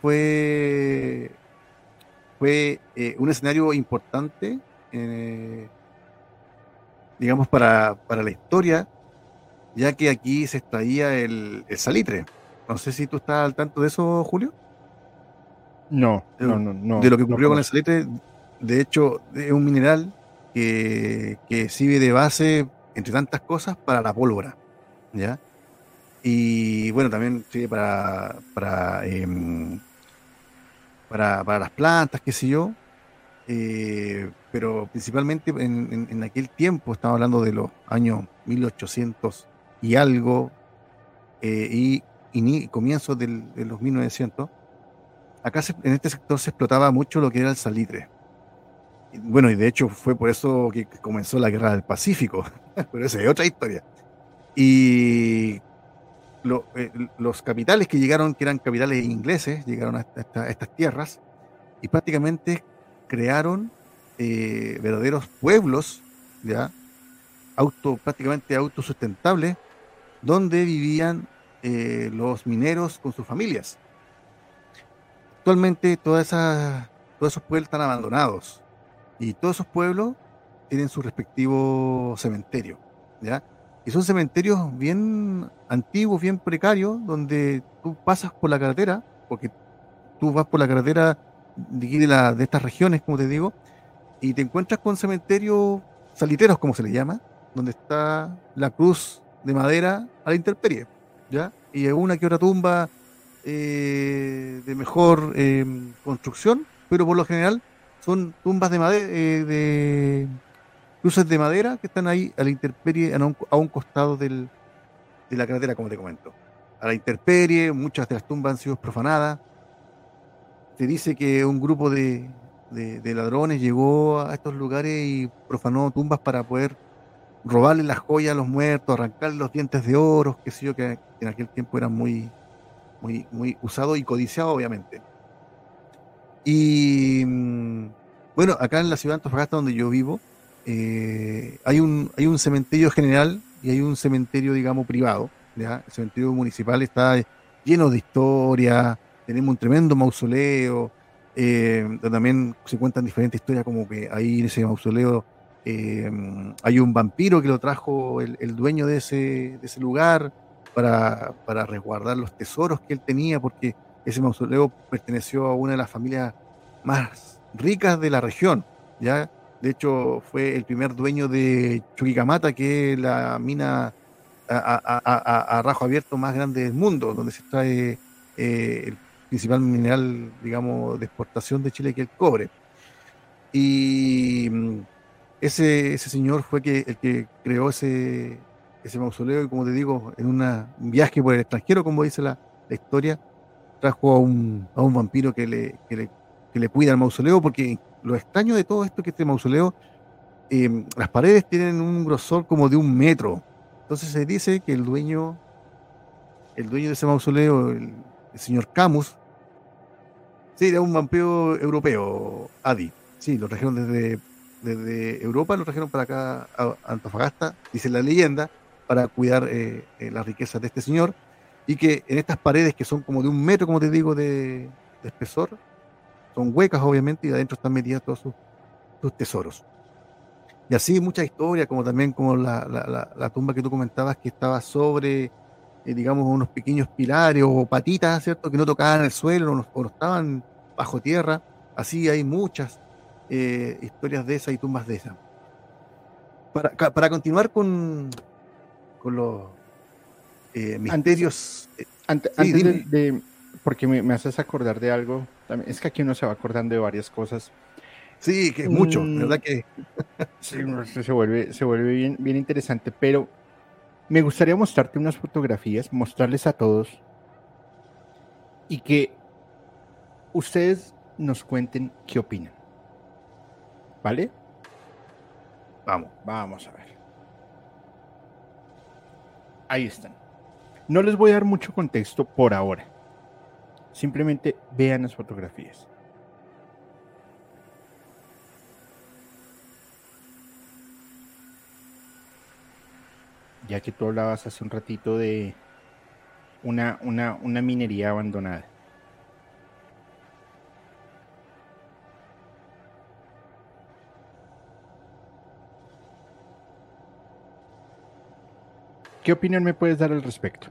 fue un escenario importante, eh, digamos, para la historia, ya que aquí se extraía el salitre. No sé si tú estás al tanto de eso, Julio, No, no, de, no, de no, lo que no ocurrió con el conozco. salitre. De hecho, es un mineral que sirve de base, entre tantas cosas, para la pólvora, ¿ya? Y bueno, también sirve para las plantas, qué sé yo, pero principalmente en aquel tiempo, estamos hablando de los años 1800 y algo, y comienzos de los 1900, acá en este sector se explotaba mucho lo que era el salitre. Y bueno, y de hecho fue por eso que comenzó la Guerra del Pacífico, pero esa es otra historia. Y los capitales que llegaron, que eran capitales ingleses, llegaron a estas tierras y prácticamente crearon verdaderos pueblos, ¿ya? Prácticamente autosustentables, donde vivían los mineros con sus familias. Actualmente todos esos pueblos están abandonados y todos esos pueblos tienen su respectivo cementerio, ¿ya? Y son cementerios bien antiguos, bien precarios, donde tú pasas por la carretera, porque tú vas por la carretera de aquí de estas regiones, como te digo, y te encuentras con cementerios saliteros, como se le llama, donde está la cruz de madera a la intemperie, ¿ya? Y una que otra tumba de mejor construcción, pero por lo general son tumbas de madera, de cruces de madera que están ahí a la intemperie, a un costado de la carretera, como te comento. A la intemperie, muchas de las tumbas han sido profanadas. Se dice que un grupo de ladrones llegó a estos lugares y profanó tumbas para poder robarle las joyas a los muertos, arrancarle los dientes de oro, qué sé yo, que en aquel tiempo eran muy usados y codiciados, obviamente. Y bueno, acá en la ciudad de Antofagasta, donde yo vivo, hay un cementerio general y hay un cementerio, digamos, privado, ¿ya? El cementerio municipal está lleno de historia, tenemos un tremendo mausoleo, donde también se cuentan diferentes historias, como que ahí en ese mausoleo eh, hay un vampiro que lo trajo el dueño de ese lugar para resguardar los tesoros que él tenía, porque ese mausoleo perteneció a una de las familias más ricas de la región, ¿ya? De hecho, fue el primer dueño de Chuquicamata, que es la mina a rajo abierto más grande del mundo, donde se extrae el principal mineral, digamos, de exportación de Chile, que es el cobre. Y ese señor fue el que creó ese mausoleo, y como te digo, en un viaje por el extranjero, como dice la historia, trajo a un vampiro que le cuida el mausoleo, porque lo extraño de todo esto es que este mausoleo, las paredes tienen un grosor como de 1 metro. Entonces se dice que el dueño de ese mausoleo, el señor Camus, sí, era un vampiro europeo, Adi. Sí, lo trajeron desde Europa, lo trajeron para acá a Antofagasta, dice la leyenda, para cuidar las riquezas de este señor, y que en estas paredes que son como de 1 metro, como te digo, de espesor, son huecas obviamente, y adentro están metidas todos sus tesoros. Y así muchas historias, como también como la tumba que tú comentabas, que estaba sobre, digamos, unos pequeños pilares o patitas, ¿cierto? Que no tocaban el suelo o no estaban bajo tierra. Así hay muchas historias de esas y tumbas de esas. Para continuar con los Antes, misterios, sí, antes dime. porque me haces acordar de algo También, es que aquí uno se va acordando de varias cosas. Sí, que es mucho, Mm, ¿verdad? Que sí, no, se vuelve bien, bien interesante, pero me gustaría mostrarte unas fotografías, mostrarles a todos y que ustedes nos cuenten qué opinan, ¿vale? vamos. Vamos a ver. Ahí están. No les voy a dar mucho contexto por ahora. Simplemente vean las fotografías. Ya que tú hablabas hace un ratito de una minería abandonada. ¿Qué opinión me puedes dar al respecto?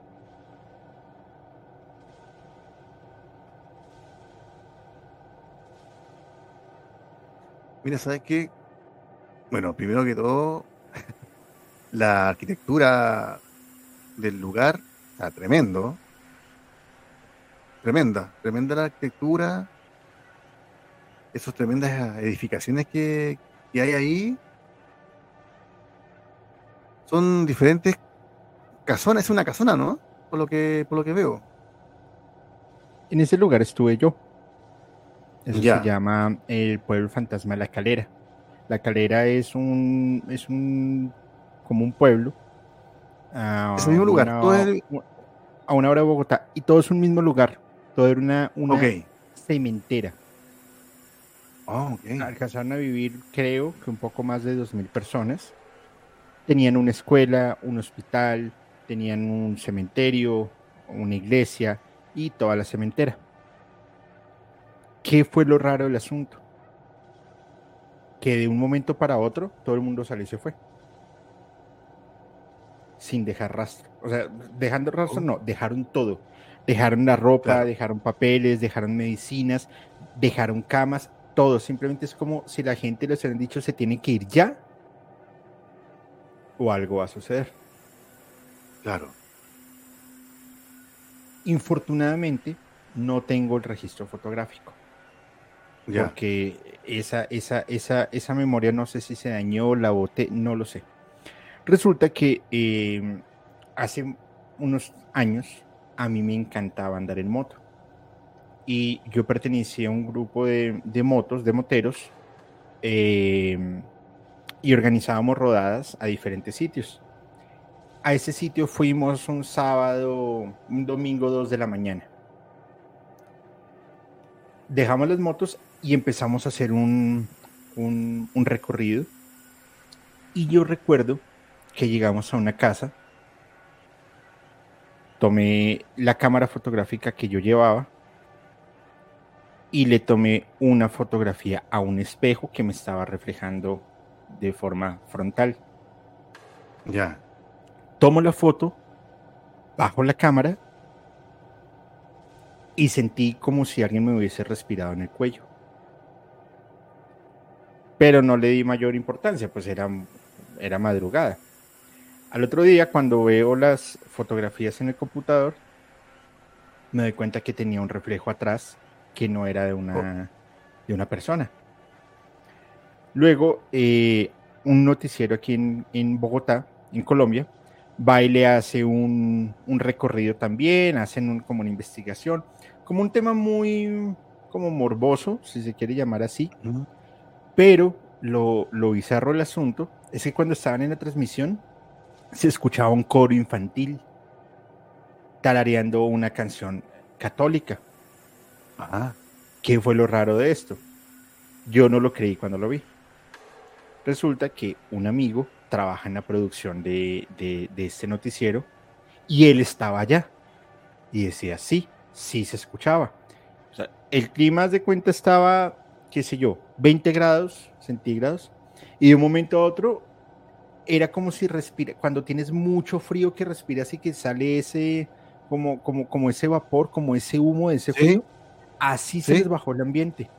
Mira, ¿sabes qué? Bueno, primero que todo, la arquitectura del lugar, o sea, tremenda la arquitectura, esas tremendas edificaciones que hay ahí, son diferentes casonas, es una casona, ¿no? Por lo que veo. En ese lugar estuve yo. Eso se Ya, llama el pueblo fantasma de La Calera. La Calera es un como un pueblo ese a mismo lugar, todo una, es a una hora de Bogotá y todo es un mismo lugar. Todo era ok. una cementera. Oh, ok, Alcanzaron a vivir, creo que un poco más de 2000 personas. Tenían una escuela, un hospital, tenían un cementerio, una iglesia y toda la cementera. ¿Qué fue lo raro del asunto? Que de un momento para otro todo el mundo salió y se fue, sin dejar rastro. O sea, dejando rastro oh, no, dejaron todo. Dejaron la ropa, claro, dejaron papeles, dejaron medicinas, dejaron camas, todo. Simplemente es como si la gente les hubieran dicho se tiene que ir ya o algo va a suceder. claro, Infortunadamente, no tengo el registro fotográfico ya. porque esa memoria no sé si se dañó, la boté, no lo sé. Resulta que hace unos años a mí me encantaba andar en moto y yo pertenecía a un grupo de motos, de moteros, eh, y organizábamos rodadas a diferentes sitios. A ese sitio fuimos un sábado, un domingo 2 de la mañana. Dejamos las motos y empezamos a hacer un recorrido. Y yo recuerdo que llegamos a una casa, tomé la cámara fotográfica que yo llevaba y le tomé una fotografía a un espejo que me estaba reflejando de forma frontal. Ya. Tomo la foto, bajo la cámara y sentí como si alguien me hubiese respirado en el cuello. Pero no le di mayor importancia, pues era madrugada. Al otro día, cuando veo las fotografías en el computador, me doy cuenta que tenía un reflejo atrás que no era Oh, de una persona. Luego, un noticiero aquí en Bogotá, en Colombia, va y le hace un recorrido también, hacen como una investigación, como un tema muy como morboso, si se quiere llamar así, mm, pero lo bizarro del asunto es que cuando estaban en la transmisión se escuchaba un coro infantil tarareando una canción católica. ah, ¿Qué fue lo raro de esto? Yo no lo creí cuando lo vi. Resulta que un amigo trabaja en la producción de este noticiero y él estaba allá y decía, sí, sí se escuchaba. O sea, el clima de cuenta estaba, qué sé yo, 20 grados centígrados y de un momento a otro era como si respira, cuando tienes mucho frío que respiras y que sale ese, como ese vapor, como ese humo de ese sí, frío, así se les sí, bajó el ambiente.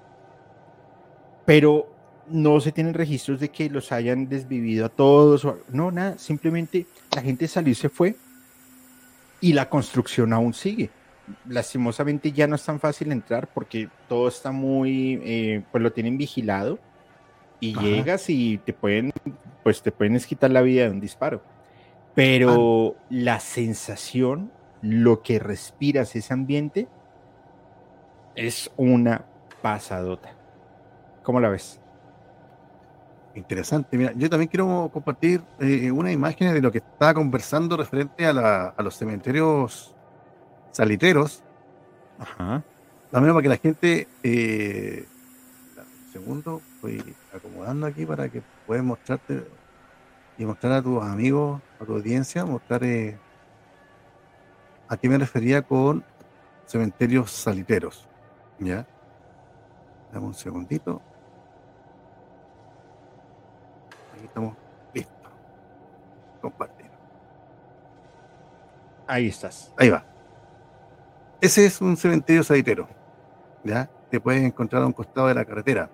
Pero no se tienen registros de que los hayan desvivido a todos, no, nada, simplemente la gente salió y se fue y la construcción aún sigue. lastimosamente ya no es tan fácil entrar porque todo está muy, pues lo tienen vigilado y Ajá. llegas y pues te pueden quitar la vida de un disparo. Ah, no. Pero la sensación, lo que respiras, ese ambiente, es una pasadota. ¿Cómo la ves? Interesante. Mira, yo también quiero compartir unas imágenes de lo que estaba conversando referente a los cementerios salitreros, Ajá. al menos para que la gente, dame un segundo, voy acomodando aquí para que puedas mostrarte y mostrar a tus amigos, a tu audiencia, mostrar a qué me refería con cementerios salitreros. ¿Ya? Dame un segundito. Ahí estamos. Listo. Compartir. Ahí estás. Ahí va. Ese es un cementerio salitero. ¿Ya? Te puedes encontrar a un costado de la carretera.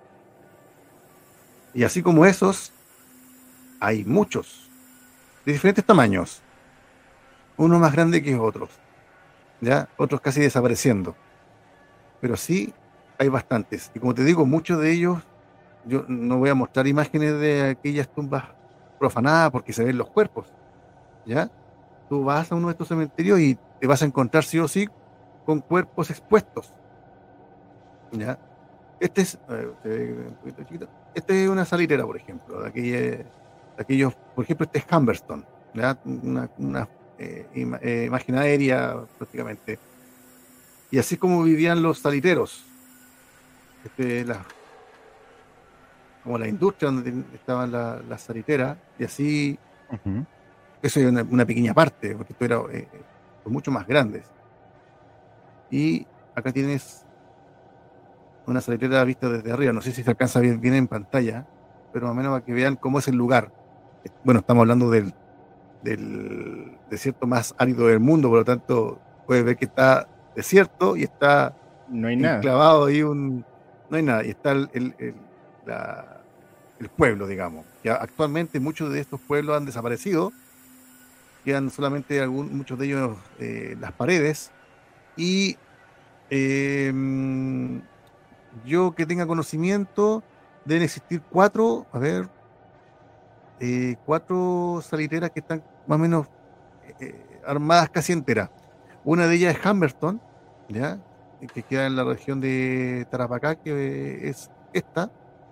Y así como esos, hay muchos, de diferentes tamaños, unos más grandes que otros, ¿ya? Otros casi desapareciendo, pero sí hay bastantes. Y como te digo, muchos de ellos, yo no voy a mostrar imágenes de aquellas tumbas profanadas porque se ven los cuerpos, ¿ya? Tú vas a uno de estos cementerios y te vas a encontrar sí o sí con cuerpos expuestos, ¿ya? Este es, se ve un poquito chiquito. Este es una salitera, por ejemplo, de aquellos, por ejemplo, este es Humberston, ¿ya? Una imagen aérea prácticamente. Y así como vivían los saliteros, este, como la industria donde estaban las saliteras, y así, Ujú. eso es una pequeña parte, porque esto era son mucho más grandes. Y acá tienes una salitera vista desde arriba, no sé si se alcanza bien en pantalla, pero más o menos para que vean cómo es el lugar. Bueno, estamos hablando del desierto más árido del mundo, por lo tanto, puedes ver que está desierto y está No hay nada. enclavado ahí no hay nada, y está el pueblo, digamos. Que actualmente muchos de estos pueblos han desaparecido, quedan solamente muchos de ellos las paredes, y eh, yo que tenga conocimiento, deben existir cuatro, a ver, cuatro salitreras que están más o menos armadas casi enteras. Una de ellas es Humberton, ¿ya? Que queda en la región de Tarapacá, que es esta,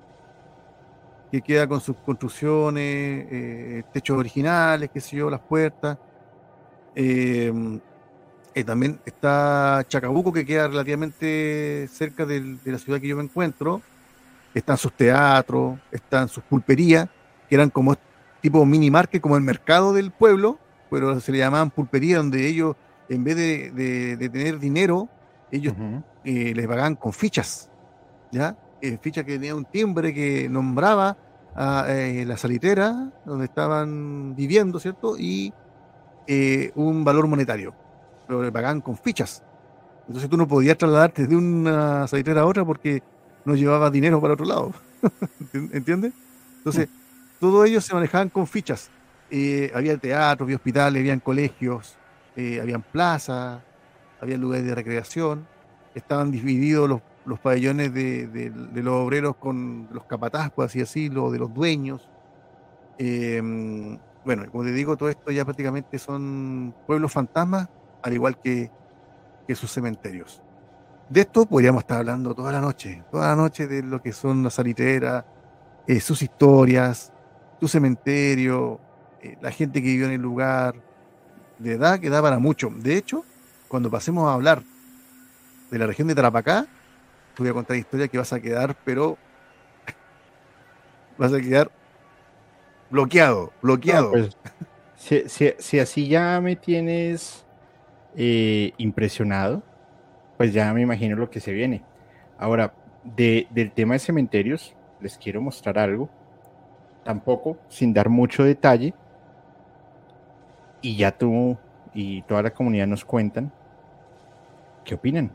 que queda con sus construcciones, techos originales, qué sé yo, las puertas. Eh, También está Chacabuco, que queda relativamente cerca de la ciudad que yo me encuentro. Están sus teatros, están sus pulperías, que eran como tipo mini market, como el mercado del pueblo, pero se le llamaban pulpería, donde ellos, en vez de tener dinero, ellos Ujú. les pagaban con fichas, ¿ya? Fichas que tenía un timbre que nombraba a la salitera donde estaban viviendo, ¿cierto? Y un valor monetario, pero le pagaban con fichas. Entonces tú no podías trasladarte de una salitera a otra porque no llevaba dinero para otro lado. ¿Entiendes? Mm. Entonces, todos ellos se manejaban con fichas. Había teatros, había hospitales, habían colegios, habían plazas, había lugares de recreación. Estaban divididos los pabellones de los obreros con los capataz, por así decirlo, de los dueños. Eh, bueno, como te digo, todo esto ya prácticamente son pueblos fantasmas, al igual que sus cementerios. De esto podríamos estar hablando toda la noche de lo que son las salitreras, sus historias, su cementerio, la gente que vivió en el lugar, de verdad que da para mucho. De hecho, cuando pasemos a hablar de la región de Tarapacá, te voy a contar historias que vas a quedar, pero vas a quedar bloqueado, No, bloqueado. pues si así ya me tienes impresionado, pues ya me imagino lo que se viene. Ahora, del tema de cementerios, les quiero mostrar algo, tampoco sin dar mucho detalle, y ya tú y toda la comunidad nos cuentan qué opinan.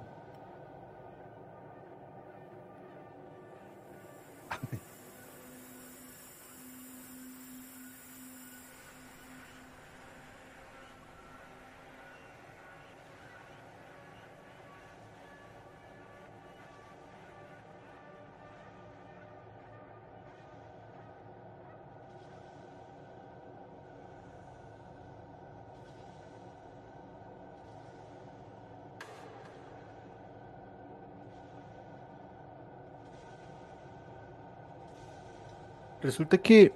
Resulta que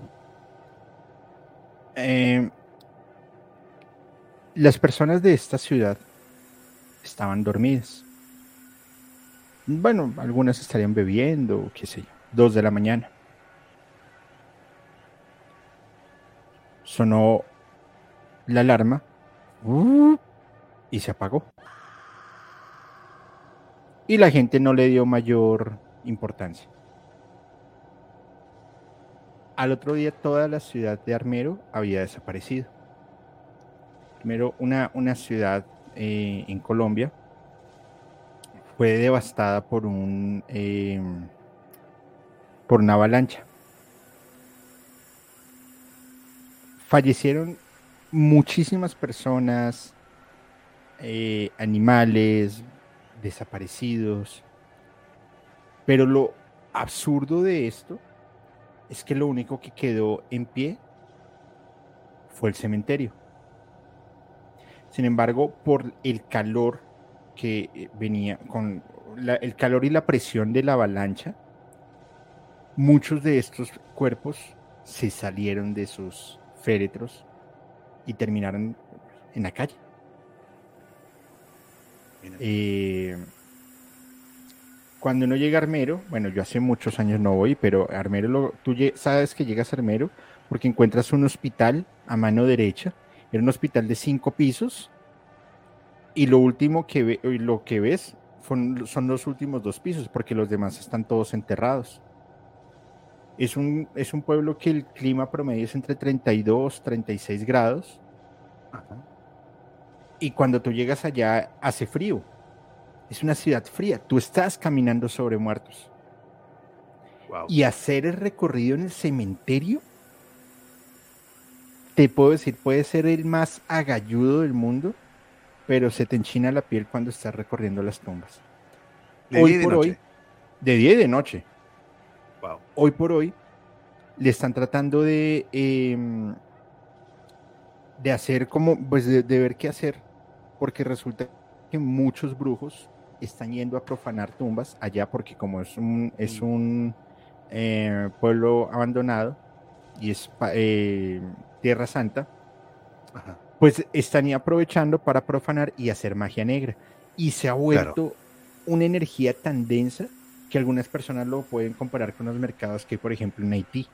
eh, las personas de esta ciudad estaban dormidas. Bueno, algunas estarían bebiendo, qué sé yo, 2 de la mañana. Sonó la alarma y se apagó. Y la gente no le dio mayor importancia. Al otro día toda la ciudad de Armero había desaparecido. Primero, una ciudad en Colombia fue devastada por una avalancha. Fallecieron muchísimas personas, animales, desaparecidos. Pero lo absurdo de esto es que lo único que quedó en pie fue el cementerio. Sin embargo, por el calor que venía con el calor y la presión de la avalancha, muchos de estos cuerpos se salieron de sus féretros y terminaron en la calle. Cuando uno llega a Armero, bueno, yo hace muchos años no voy, pero Armero, tú sabes que llegas a Armero porque encuentras un hospital a mano derecha. Era un hospital de 5 pisos y lo que ves son los últimos 2 pisos porque los demás están todos enterrados. Es un pueblo que el clima promedio es entre 32, 36 grados. Ajá. Y cuando tú llegas allá hace frío. Es una ciudad fría. Tú estás caminando sobre muertos. Wow. Y hacer el recorrido en el cementerio, te puedo decir, puede ser el más agalludo del mundo, pero se te enchina la piel cuando estás recorriendo las tumbas. Hoy por hoy, de día y de noche. Wow. Hoy por hoy, le están tratando de hacer como, pues de ver qué hacer, porque resulta que muchos brujos están yendo a profanar tumbas allá porque como es un pueblo abandonado y es Tierra Santa, ajá, pues están aprovechando para profanar y hacer magia negra. Y se ha vuelto una energía tan densa que algunas personas lo pueden comparar con los mercados que hay, por ejemplo, en Haití.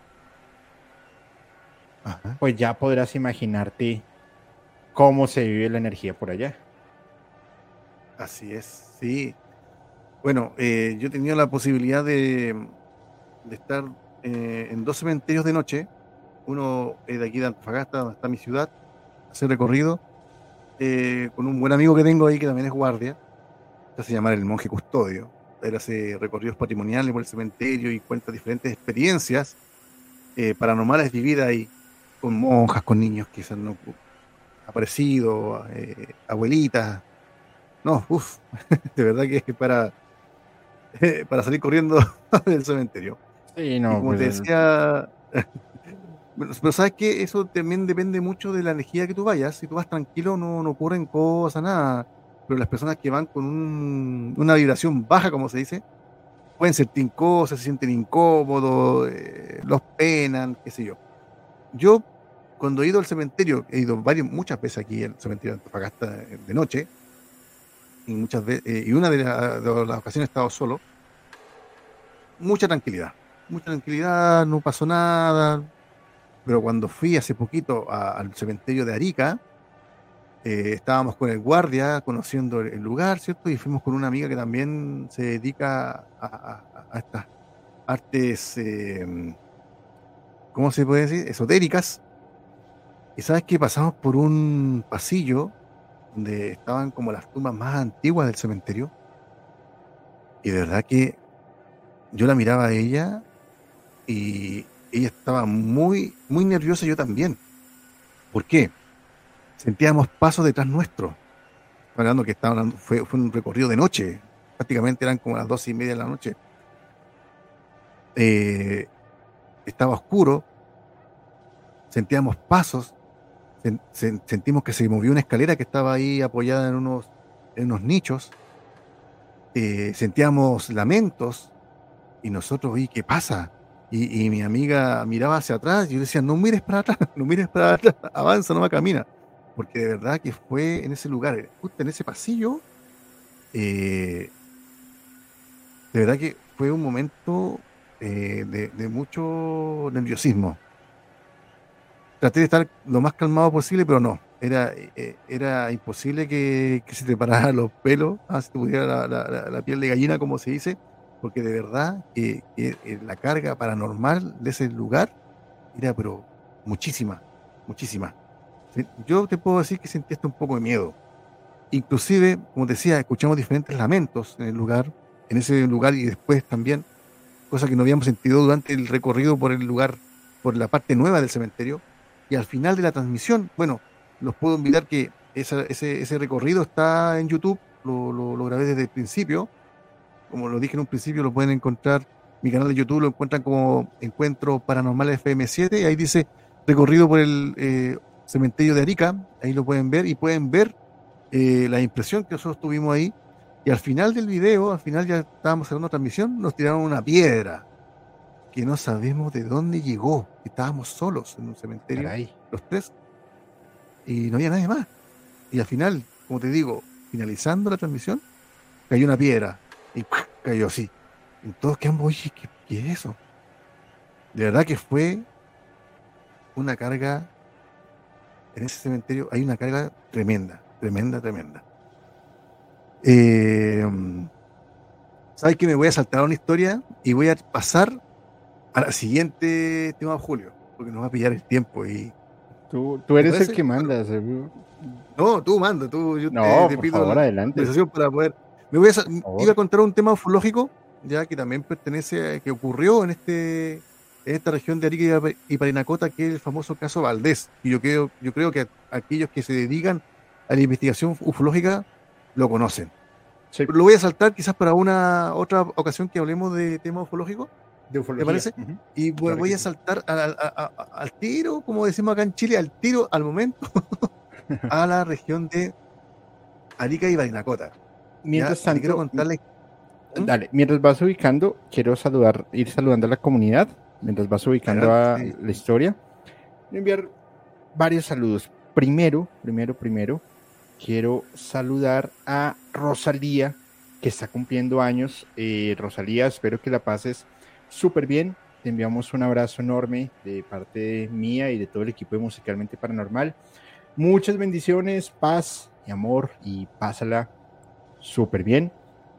Ajá. Pues ya podrás imaginarte cómo se vive la energía por allá. Así es, sí. Bueno, yo he tenido la posibilidad de estar en 2 cementerios de noche. Uno es de aquí de Antofagasta, donde está mi ciudad, hacer recorrido con un buen amigo que tengo ahí que también es guardia. Se hace llamar el monje custodio. Él hace recorridos patrimoniales por el cementerio y cuenta diferentes experiencias paranormales vividas ahí con monjas, con niños que se han aparecido, abuelitas. No, de verdad que es para salir corriendo del cementerio. Sí, no, y como pues, te decía, pero sabes que eso también depende mucho de la energía que tú vayas. Si tú vas tranquilo, no ocurren cosas, nada. Pero las personas que van con una vibración baja, como se dice, pueden sentir cosas, se sienten incómodos, los penan, qué sé yo. Yo, cuando he ido al cementerio, he ido muchas veces aquí al cementerio de Antofagasta de noche, y muchas veces, y una de las ocasiones he estado solo. Mucha tranquilidad, no pasó nada. Pero cuando fui hace poquito al cementerio de Arica, estábamos con el guardia conociendo el lugar, ¿cierto? Y fuimos con una amiga que también se dedica a estas artes, ¿cómo se puede decir? Esotéricas. Y sabes que pasamos por un pasillo donde estaban como las tumbas más antiguas del cementerio. Y de verdad que yo la miraba a ella y ella estaba muy, muy nerviosa, yo también. ¿Por qué? Sentíamos pasos detrás nuestro. Hablando que fue un recorrido de noche. Prácticamente eran como las 12:30 de la noche. Estaba oscuro. Sentíamos pasos. Sentimos que se movió una escalera que estaba ahí apoyada en unos nichos. Sentíamos lamentos. Y nosotros, ¿qué pasa? Y mi amiga miraba hacia atrás y yo decía, no mires para atrás, no mires para atrás, avanza, no camina. Porque de verdad que fue en ese lugar, justo en ese pasillo, eh, de verdad que fue un momento de mucho nerviosismo. Traté de estar lo más calmado posible, pero no. Era imposible que se te pararan los pelos, se te pudiera la piel de gallina, como se dice, porque de verdad que la carga paranormal de ese lugar era, pero muchísima, muchísima. Sí, yo te puedo decir que sentí hasta un poco de miedo. Inclusive, como te decía, escuchamos diferentes lamentos en ese lugar y después también, cosa que no habíamos sentido durante el recorrido por el lugar, por la parte nueva del cementerio. Y al final de la transmisión, bueno, los puedo invitar que ese recorrido está en YouTube, lo grabé desde el principio. Como lo dije en un principio, lo pueden encontrar, mi canal de YouTube lo encuentran como Encuentro Paranormal FM7, y ahí dice recorrido por el cementerio de Arica, ahí lo pueden ver y pueden ver la impresión que nosotros tuvimos ahí. Y al final del video, al final ya estábamos en una transmisión, nos tiraron una piedra que no sabemos de dónde llegó. Estábamos solos en un cementerio, Caray. los tres, y no había nadie más. Y al final, como te digo, finalizando la transmisión, cayó una piedra y ¡puf! Cayó así. Y todos quedamos, oye, ¿qué es eso? De verdad que fue una carga, en ese cementerio hay una carga tremenda, tremenda, tremenda. Eh, ¿Sabes que me voy a saltar una historia y voy a pasar a la siguiente tema, Julio? Porque nos va a pillar el tiempo y... Tú ¿Te eres el parece? que Bueno, mandas. no, tú manda, yo No, te por pido favor, la adelante. autorización para poder... Por Iba a favor. contar un tema ufológico, ya que también pertenece, que ocurrió en esta región de Arica y Parinacota, que es el famoso caso Valdés. Y yo creo que aquellos que se dedican a la investigación ufológica lo conocen. Sí, Lo voy a saltar quizás para una otra ocasión que hablemos de tema ufológico, de ¿te ufología. parece? Ujú, Y claro voy que a sí. saltar al tiro, como decimos acá en Chile, al tiro, al momento, a la región de Arica y Parinacota. ¿Ya? Mientras Y te quiero tanto, contarle. ¿Mm? dale, mientras vas ubicando, quiero ir saludando a la comunidad, mientras vas ubicando Adelante, a sí. la historia. Voy a enviar varios saludos. Primero, quiero saludar a Rosalía, que está cumpliendo años. Rosalía, espero que la pases súper bien. Te enviamos un abrazo enorme de parte de mía y de todo el equipo de Musicalmente Paranormal. Muchas bendiciones, paz y amor, y pásala súper bien.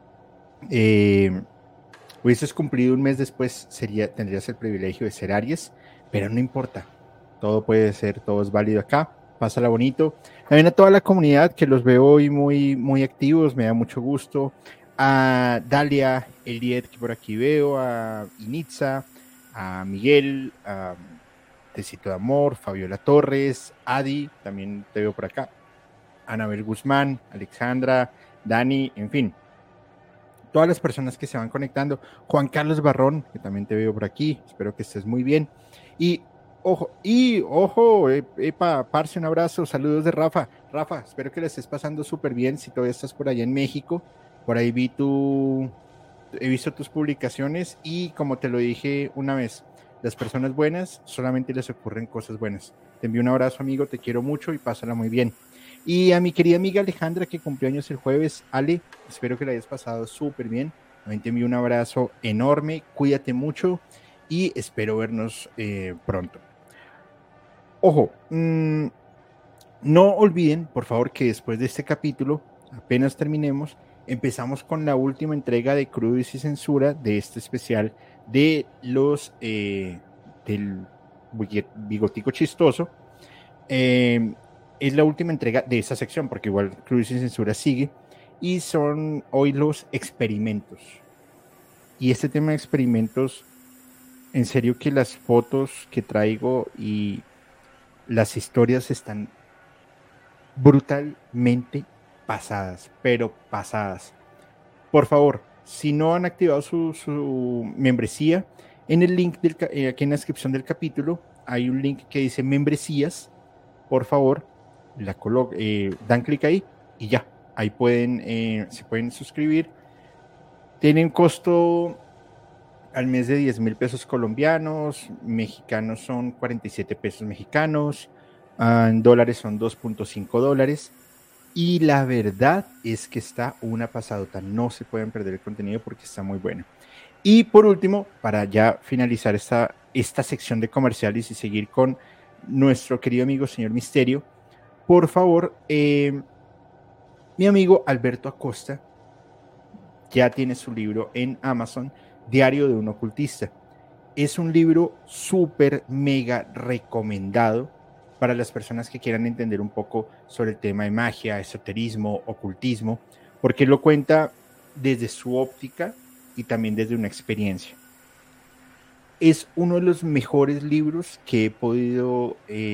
Hubieses cumplido un mes después, tendrías el privilegio de ser Aries, pero no importa. Todo puede ser, todo es válido acá. Pásala bonito. También a toda la comunidad que los veo hoy muy activos, me da mucho gusto. A Dalia, Eliet, que por aquí veo, a Initza, a Miguel, a Tecito de Amor, Fabiola Torres, Adi, también te veo por acá. Anabel Guzmán, Alexandra, Dani, en fin, todas las personas que se van conectando. Juan Carlos Barrón, que también te veo por aquí, espero que estés muy bien. Y ojo, parce, un abrazo, saludos de Rafa. Rafa, espero que le estés pasando súper bien si todavía estás por allá en México. Por ahí he visto tus publicaciones y como te lo dije una vez, las personas buenas solamente les ocurren cosas buenas. Te envío un abrazo, amigo, te quiero mucho y pásala muy bien. Y a mi querida amiga Alejandra, que cumplió años el jueves, Ale, espero que la hayas pasado súper bien. También te envío un abrazo enorme, cuídate mucho y espero vernos pronto. Ojo, no olviden, por favor, que después de este capítulo, apenas terminemos, empezamos con la última entrega de Crudo y Censura de este especial de los del bigotico chistoso. Es la última entrega de esa sección, porque igual Crudo y Censura sigue, y son hoy los experimentos. Y este tema de experimentos, en serio que las fotos que traigo y las historias están brutalmente pasadas, pero pasadas. Por favor, si no han activado su membresía, en el link aquí en la descripción del capítulo hay un link que dice membresías. Por favor, dan clic ahí y ya, ahí se pueden suscribir. Tienen costo al mes de 10,000 pesos colombianos, mexicanos son 47 pesos mexicanos, en dólares son $2.5. Y la verdad es que está una pasadota. No se pueden perder el contenido porque está muy bueno. Y por último, para ya finalizar esta sección de comerciales y seguir con nuestro querido amigo señor Misterio, por favor, mi amigo Alberto Acosta ya tiene su libro en Amazon, Diario de un ocultista. Es un libro súper mega recomendado para las personas que quieran entender un poco sobre el tema de magia, esoterismo, ocultismo, porque lo cuenta desde su óptica y también desde una experiencia. Es uno de los mejores libros que he podido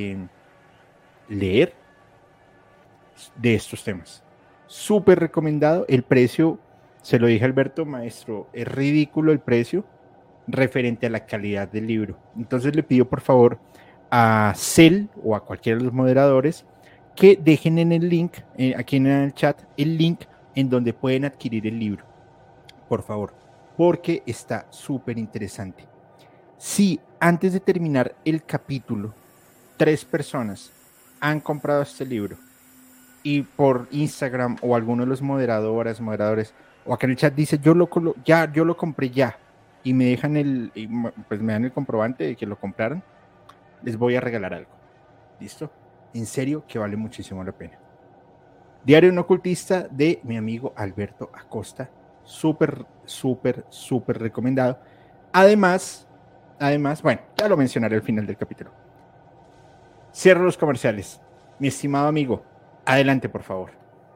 leer de estos temas. Súper recomendado. El precio, se lo dije a Alberto, maestro, es ridículo el precio referente a la calidad del libro. Entonces le pido por favor a Cel o a cualquiera de los moderadores que dejen en el link, aquí en el chat, el link en donde pueden adquirir el libro, por favor, porque está súper interesante. Si antes de terminar el capítulo 3 personas han comprado este libro y por Instagram o alguno de los moderadores o acá en el chat dice yo lo compré ya, y me dejan pues me dan el comprobante de que lo compraron, les voy a regalar algo. ¿Listo? En serio que vale muchísimo la pena. Diario de un ocultista de mi amigo Alberto Acosta. Súper, súper, súper recomendado. Además, bueno, ya lo mencionaré al final del capítulo. Cierro los comerciales. Mi estimado amigo, adelante, por favor.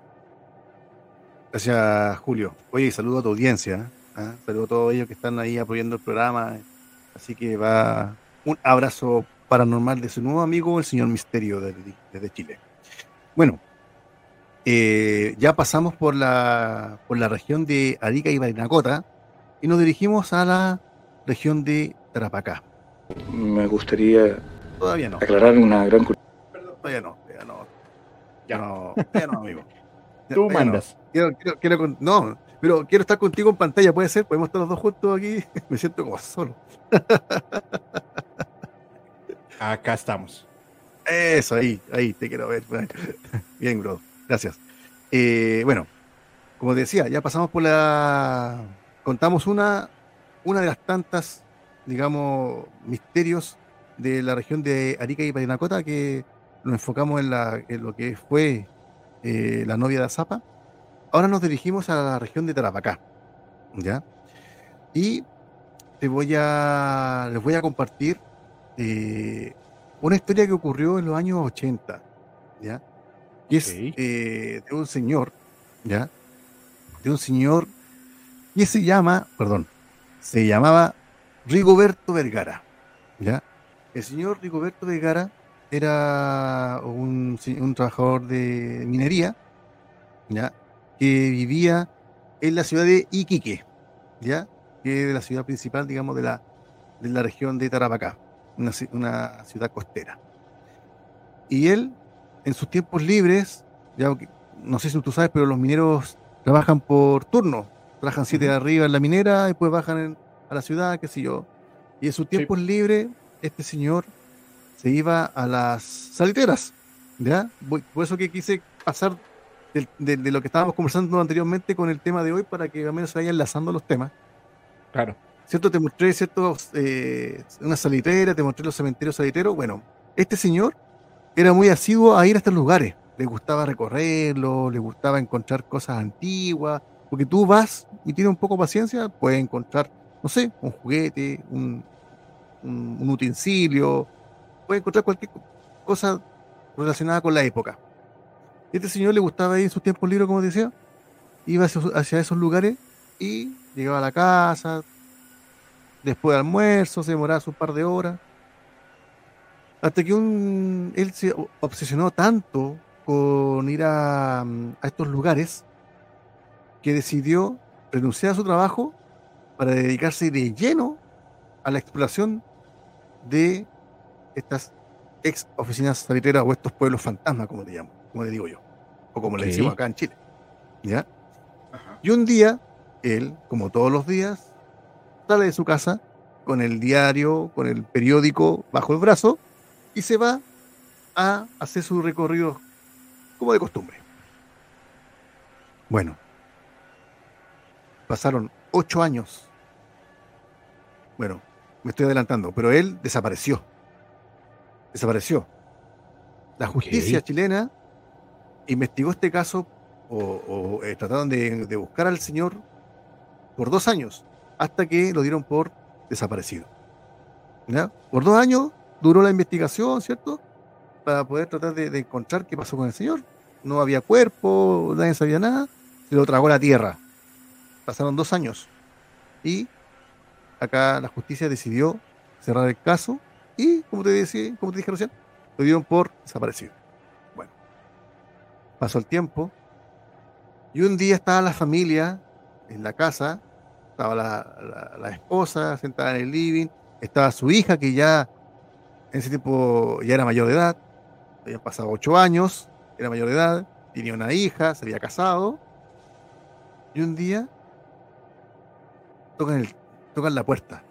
Gracias, Julio. Oye, saludo a tu audiencia. Saludo a todos ellos que están ahí apoyando el programa. Así que va un abrazo paranormal de su nuevo amigo, el señor Misterio desde Chile. Bueno, ya pasamos por la región de Arica y Parinacota y nos dirigimos a la región de Tarapacá. Me gustaría Todavía no. aclarar una gran Perdón, todavía no, amigo. Tú mandas. No, pero quiero estar contigo en pantalla, ¿puede ser? ¿Podemos estar los dos juntos aquí? Me siento como solo. Acá estamos. Eso, ahí, te quiero ver. Bien, bro, gracias. Bueno, como decía, ya pasamos por contamos una de las tantas, digamos, misterios de la región de Arica y Parinacota, que nos enfocamos en lo que fue la novia de Azapa. Ahora nos dirigimos a la región de Tarapacá, ¿ya? Y les voy a compartir una historia que ocurrió en los años 80, ¿ya? Y es de un señor, ¿ya? De un señor que se llamaba Rigoberto Vergara, ¿ya? El señor Rigoberto Vergara era un trabajador de minería, ¿ya? Que vivía en la ciudad de Iquique, ¿ya? Que es la ciudad principal, digamos, de la región de Tarapacá, una ciudad costera. Y él, en sus tiempos libres, ya, no sé si tú sabes, pero los mineros trabajan por turno, trabajan 7 de arriba en la minera, y después bajan a la ciudad, qué sé yo. Y en sus tiempos libres, este señor se iba a las saliteras, ¿ya? Por eso que quise pasar de lo que estábamos conversando anteriormente con el tema de hoy, para que al menos se vayan enlazando los temas. Claro. ¿Cierto? Te mostré, ¿cierto? Una salitera, te mostré los cementerios saliteros. Bueno, este señor era muy asiduo a ir a estos lugares. Le gustaba recorrerlo, le gustaba encontrar cosas antiguas, porque tú vas y tienes un poco de paciencia, puedes encontrar, no sé, un juguete, un utensilio, puedes encontrar cualquier cosa relacionada con la época. Este señor le gustaba ir en sus tiempos libres, como decía, iba hacia esos lugares y llegaba a la casa, después de almuerzo, se demoraba un par de horas, hasta que él se obsesionó tanto con ir a estos lugares que decidió renunciar a su trabajo para dedicarse de lleno a la exploración de estas ex oficinas saliteras o estos pueblos fantasmas, como le digo yo, o como le decimos acá en Chile, ¿ya? Ajá. Y un día, él, como todos los días, sale de su casa con el diario, con el periódico bajo el brazo y se va a hacer su recorrido como de costumbre. Bueno, pasaron 8 años. Bueno, me estoy adelantando, pero él desapareció. La justicia chilena investigó este caso o trataron de buscar al señor por 2 años, hasta que lo dieron por desaparecido. ¿Ya? Por 2 años duró la investigación, ¿cierto? Para poder tratar de encontrar qué pasó con el señor. No había cuerpo, nadie sabía nada, se lo tragó la tierra. Pasaron 2 años y acá la justicia decidió cerrar el caso y, como te dije recién, lo dieron por desaparecido. Bueno, pasó el tiempo y un día estaba la familia en la casa, estaba la esposa sentada en el living, estaba su hija que ya en ese tiempo ya era mayor de edad, había pasado 8 años, era mayor de edad, tenía una hija, se había casado y un día tocan la puerta.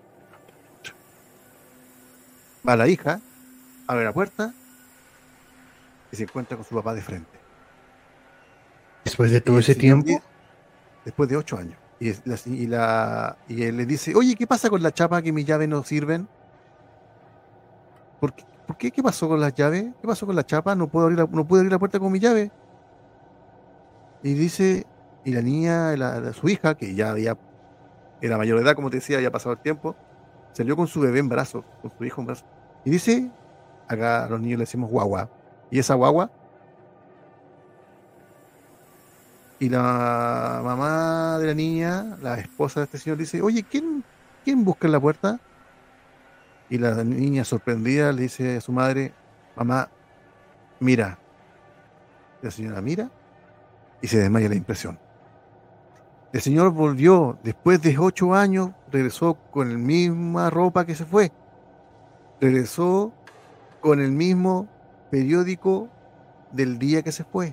Va la hija, abre la puerta y se encuentra con su papá de frente. Después de todo ese tiempo. Después de 8 años. Y él le dice, oye, ¿qué pasa con la chapa que mis llaves no sirven? ¿Por qué? ¿Qué pasó con las llaves? ¿Qué pasó con la chapa? No puedo abrir la puerta con mi llave. Y dice, y la niña, su hija, que ya era mayor de edad, como te decía, había pasado el tiempo, salió con su bebé en brazos, con su hijo en brazos. Y dice, acá a los niños le decimos guagua. Y esa guagua, y la mamá de la niña, la esposa de este señor, dice, oye, ¿quién busca en la puerta? Y la niña sorprendida le dice a su madre, mamá, mira. Y la señora mira y se desmaya la impresión. El señor volvió después de 8 años, regresó con la misma ropa que se fue. Regresó con el mismo periódico del día que se fue.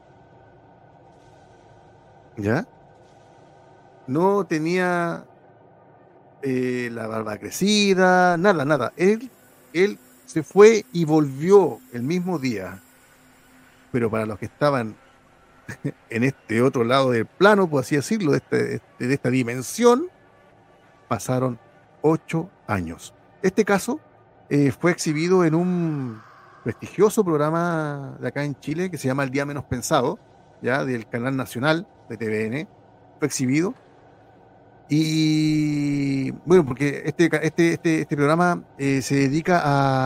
¿Ya? No tenía la barba crecida, nada. Él se fue y volvió el mismo día. Pero para los que estaban en este otro lado del plano, por así decirlo, de esta dimensión, pasaron 8 años. Este caso fue exhibido en un prestigioso programa de acá en Chile que se llama El Día Menos Pensado, ya del canal nacional de TVN. Fue exhibido y bueno, porque este programa se dedica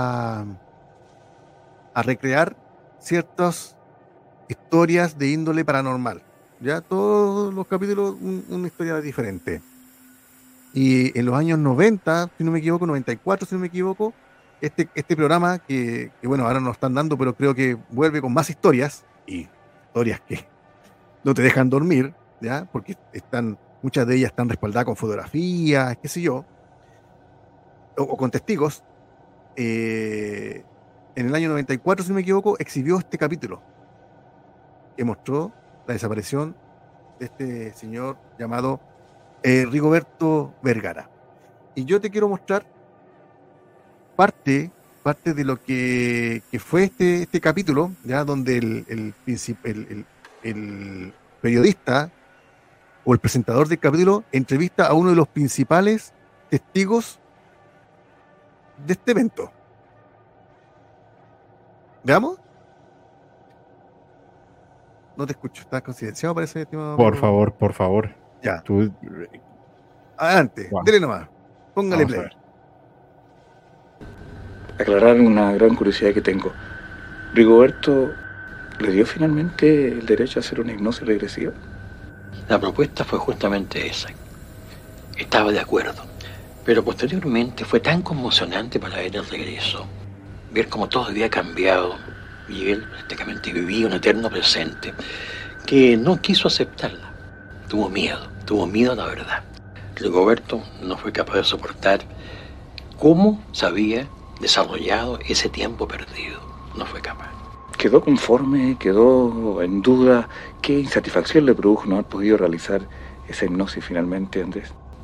a recrear ciertas historias de índole paranormal. Ya todos los capítulos una historia diferente. Y en los años 90, si no me equivoco, 94, si no me equivoco, este programa que bueno, ahora nos están dando, pero creo que vuelve con más historias, y historias que no te dejan dormir, ¿ya? Porque muchas de ellas están respaldadas con fotografías, qué sé yo, o con testigos. En el año 94, si no me equivoco, exhibió este capítulo que mostró la desaparición de este señor llamado Rigoberto Vergara. Y yo te quiero mostrar parte de lo que fue este capítulo, ya donde el periodista o el presentador del capítulo entrevista a uno de los principales testigos de este evento. ¿Veamos? No te escucho, ¿estás confidenciado, parece, estimado amigo? Por favor. Ya. Tú... Adelante, Wow. dele nomás. Póngale Vamos a play. ver. Aclarar una gran curiosidad que tengo. ¿Rigoberto le dio finalmente el derecho a hacer una hipnosis regresiva? La propuesta fue justamente esa. Estaba de acuerdo. Pero posteriormente fue tan conmocionante para ver el regreso, ver cómo todo había cambiado y él prácticamente vivía un eterno presente, que no quiso aceptarla. Tuvo miedo a la verdad. Rigoberto no fue capaz de soportar cómo se había desarrollado ese tiempo perdido. No fue capaz. ¿Quedó conforme? ¿Quedó en duda? ¿Qué insatisfacción le produjo no haber podido realizar esa hipnosis finalmente, Andrés?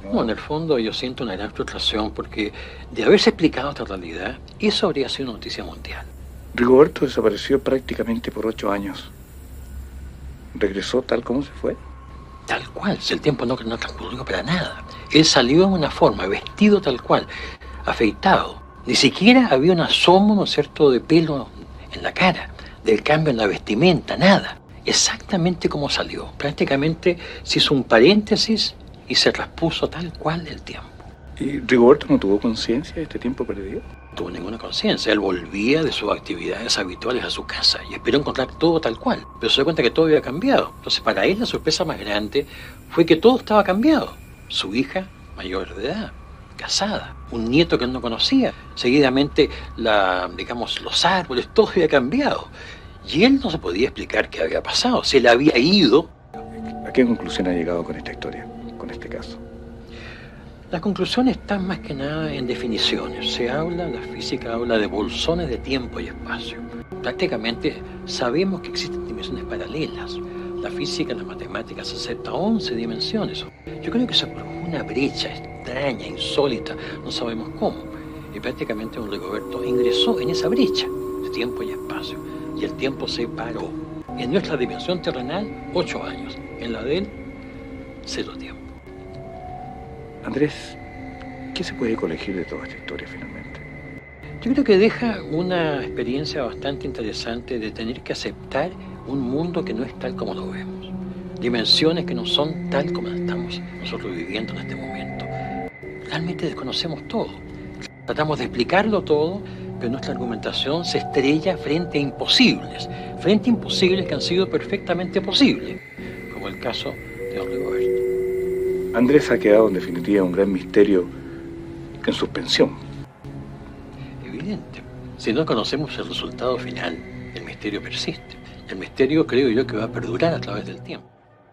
No, en el fondo yo siento una gran frustración porque de haberse explicado esta realidad, eso habría sido noticia mundial. Rigoberto desapareció prácticamente por 8 años. ¿Regresó tal como se fue? Tal cual, si el tiempo no transcurrió para nada. Él salió en una forma, vestido tal cual, afeitado. Ni siquiera había un asomo, ¿no es cierto?, de pelo en la cara, del cambio en la vestimenta, nada. Exactamente como salió. Prácticamente se hizo un paréntesis y se traspuso tal cual el tiempo. ¿Y Rigoberto no tuvo conciencia de este tiempo perdido? No tuvo ninguna conciencia. Él volvía de sus actividades habituales a su casa y esperó encontrar todo tal cual. Pero se dio cuenta que todo había cambiado. Entonces, para él la sorpresa más grande fue que todo estaba cambiado. Su hija, mayor de edad, casada, un nieto que él no conocía. Seguidamente, los árboles, todo había cambiado. Y él no se podía explicar qué había pasado. Se le había ido. ¿A qué conclusión ha llegado con esta historia, con este caso? Las conclusiones están más que nada en definiciones. La física habla de bolsones de tiempo y espacio. Prácticamente sabemos que existen dimensiones paralelas. La física, las matemáticas acepta 11 dimensiones. Yo creo que se produjo una brecha extraña, insólita, no sabemos cómo. Y prácticamente don Rigoberto ingresó en esa brecha de tiempo y espacio. Y el tiempo se paró. En nuestra dimensión terrenal, 8 años. En la de él, 0 tiempo. Andrés, ¿qué se puede colegir de toda esta historia finalmente? Yo creo que deja una experiencia bastante interesante de tener que aceptar un mundo que no es tal como lo vemos. Dimensiones que no son tal como estamos nosotros viviendo en este momento. Realmente desconocemos todo. Tratamos de explicarlo todo, pero nuestra argumentación se estrella frente a imposibles que han sido perfectamente posibles, como el caso de don Rigoberto. Andrés ha quedado en definitiva un gran misterio en suspensión. Evidente. Si no conocemos el resultado final, el misterio persiste. El misterio creo yo que va a perdurar a través del tiempo.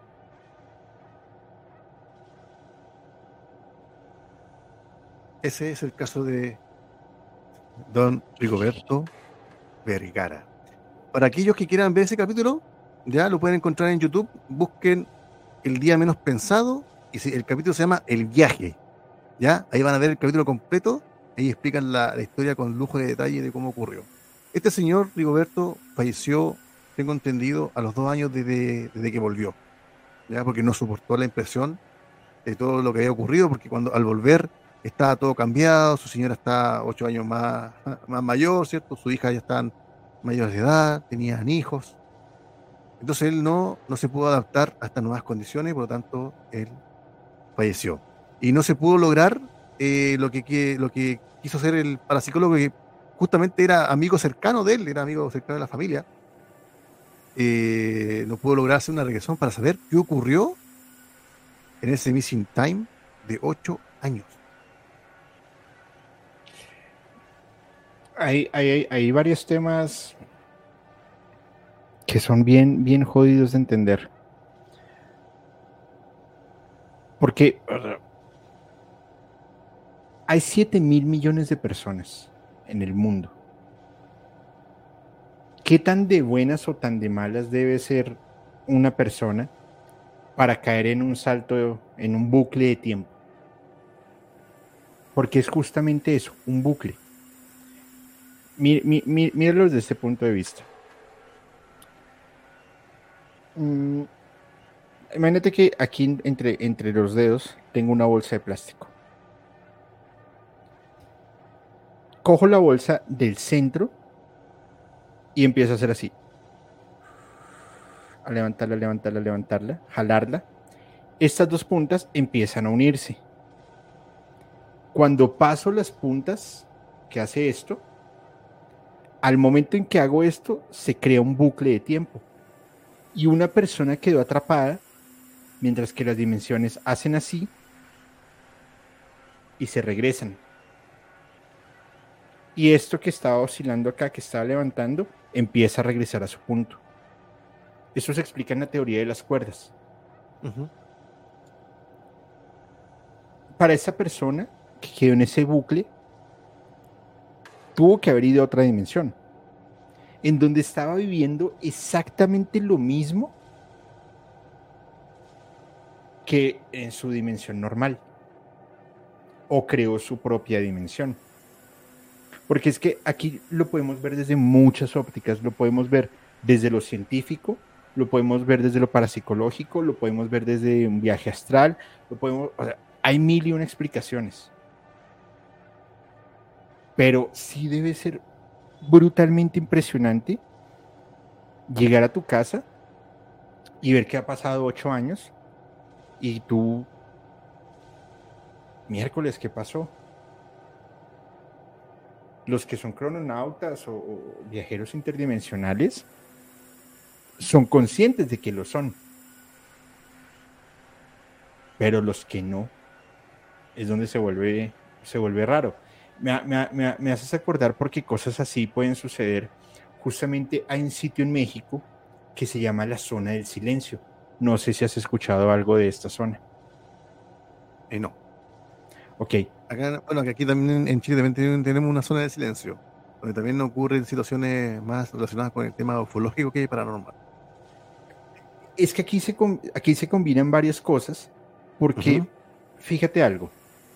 Ese es el caso de don Rigoberto Vergara. Para aquellos que quieran ver ese capítulo, ya lo pueden encontrar en YouTube. Busquen El Día Menos Pensado y el capítulo se llama El Viaje. ¿Ya? Ahí van a ver el capítulo completo. Ahí explican la historia con lujo de detalle de cómo ocurrió. Este señor Rigoberto falleció, tengo entendido, a los 2 años desde que volvió. ¿Ya? Porque no soportó la impresión de todo lo que había ocurrido, porque al volver estaba todo cambiado, su señora está 8 años más mayor, ¿cierto? Su hija ya están mayores de edad, tenían hijos. Entonces él no se pudo adaptar a estas nuevas condiciones, por lo tanto él falleció. Y no se pudo lograr lo que quiso hacer el parapsicólogo, que justamente era amigo cercano de él, era amigo cercano de la familia. No pudo lograr hacer una regresión para saber qué ocurrió en ese missing time de 8 años. Hay varios temas que son bien jodidos de entender. Porque hay 7.000 millones de personas en el mundo. ¿Qué tan de buenas o tan de malas debe ser una persona para caer en un salto, en un bucle de tiempo? Porque es justamente eso, un bucle. Míralo desde este punto de vista. Imagínate que aquí entre los dedos tengo una bolsa de plástico. Cojo la bolsa del centro y empiezo a hacer así. A levantarla, jalarla. Estas dos puntas empiezan a unirse. Cuando paso las puntas que hace esto, al momento en que hago esto, se crea un bucle de tiempo. Y una persona quedó atrapada mientras que las dimensiones hacen así y se regresan. Y esto que estaba oscilando acá, que estaba levantando, empieza a regresar a su punto. Eso se explica en la teoría de las cuerdas. Uh-huh. Para esa persona que quedó en ese bucle, tuvo que haber ido a otra dimensión, en donde estaba viviendo exactamente lo mismo que en su dimensión normal. o creó su propia dimensión. Porque es que aquí lo podemos ver desde muchas ópticas, lo podemos ver desde lo científico, lo podemos ver desde lo parapsicológico, lo podemos ver desde un viaje astral, o sea, hay mil y una explicaciones. Pero sí debe ser brutalmente impresionante llegar a tu casa y ver que ha pasado 8 años y tú, miércoles, ¿qué pasó? Los que son crononautas o viajeros interdimensionales son conscientes de que lo son, pero los que no es donde se vuelve raro. Me haces acordar porque cosas así pueden suceder. Justamente hay un sitio en México que se llama la Zona del Silencio. No sé si has escuchado algo de esta zona. No. Ok. Acá, bueno, que aquí también en Chile también tenemos una zona de silencio, donde también ocurren situaciones más relacionadas con el tema ufológico que paranormal. Es que aquí se combinan varias cosas, porque fíjate algo.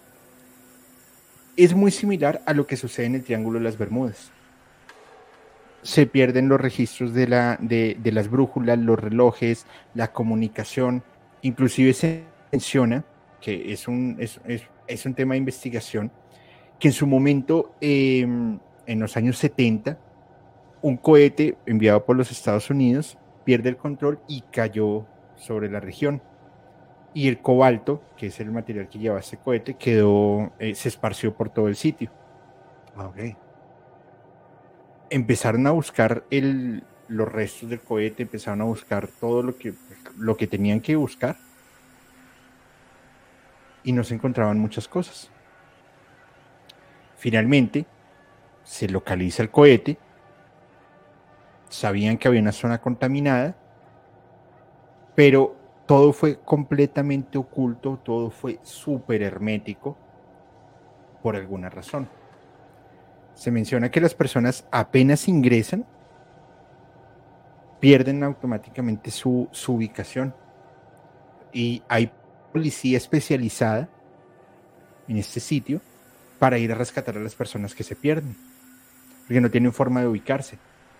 Es muy similar a lo que sucede en el Triángulo de las Bermudas. Se pierden los registros de las brújulas, los relojes, la comunicación. Inclusive se menciona que es un tema de investigación, que en su momento, en los años 70, un cohete enviado por los Estados Unidos pierde el control y cayó sobre la región. Y el cobalto, que es el material que lleva ese cohete, se esparció por todo el sitio. Ok. Empezaron a buscar los restos del cohete, empezaron a buscar todo lo que tenían que buscar y no se encontraban muchas cosas. Finalmente, se localiza el cohete, sabían que había una zona contaminada, pero todo fue completamente oculto, todo fue súper hermético por alguna razón. Se menciona que las personas apenas ingresan, pierden automáticamente su ubicación. Y hay policía especializada en este sitio para ir a rescatar a las personas que se pierden, porque no tienen forma de ubicarse.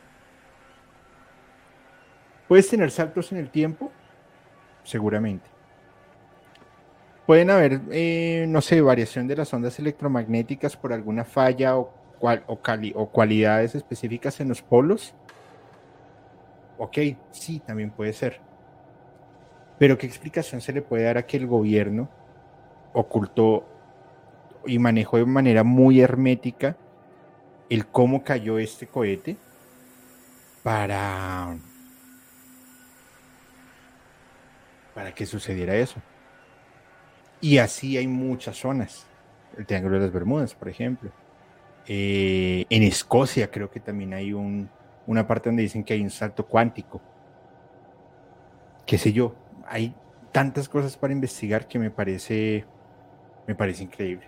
¿Puedes tener saltos en el tiempo? Seguramente. Pueden haber, no sé, variación de las ondas electromagnéticas por alguna falla o cualidades específicas en los polos. Ok, sí, también puede ser. Pero ¿qué explicación se le puede dar a que el gobierno ocultó y manejó de manera muy hermética el cómo cayó este cohete para que sucediera eso? Y así hay muchas zonas. El Triángulo de las Bermudas, por ejemplo. En Escocia creo que también hay una parte donde dicen que hay un salto cuántico. Qué sé yo, hay tantas cosas para investigar que me parece increíble.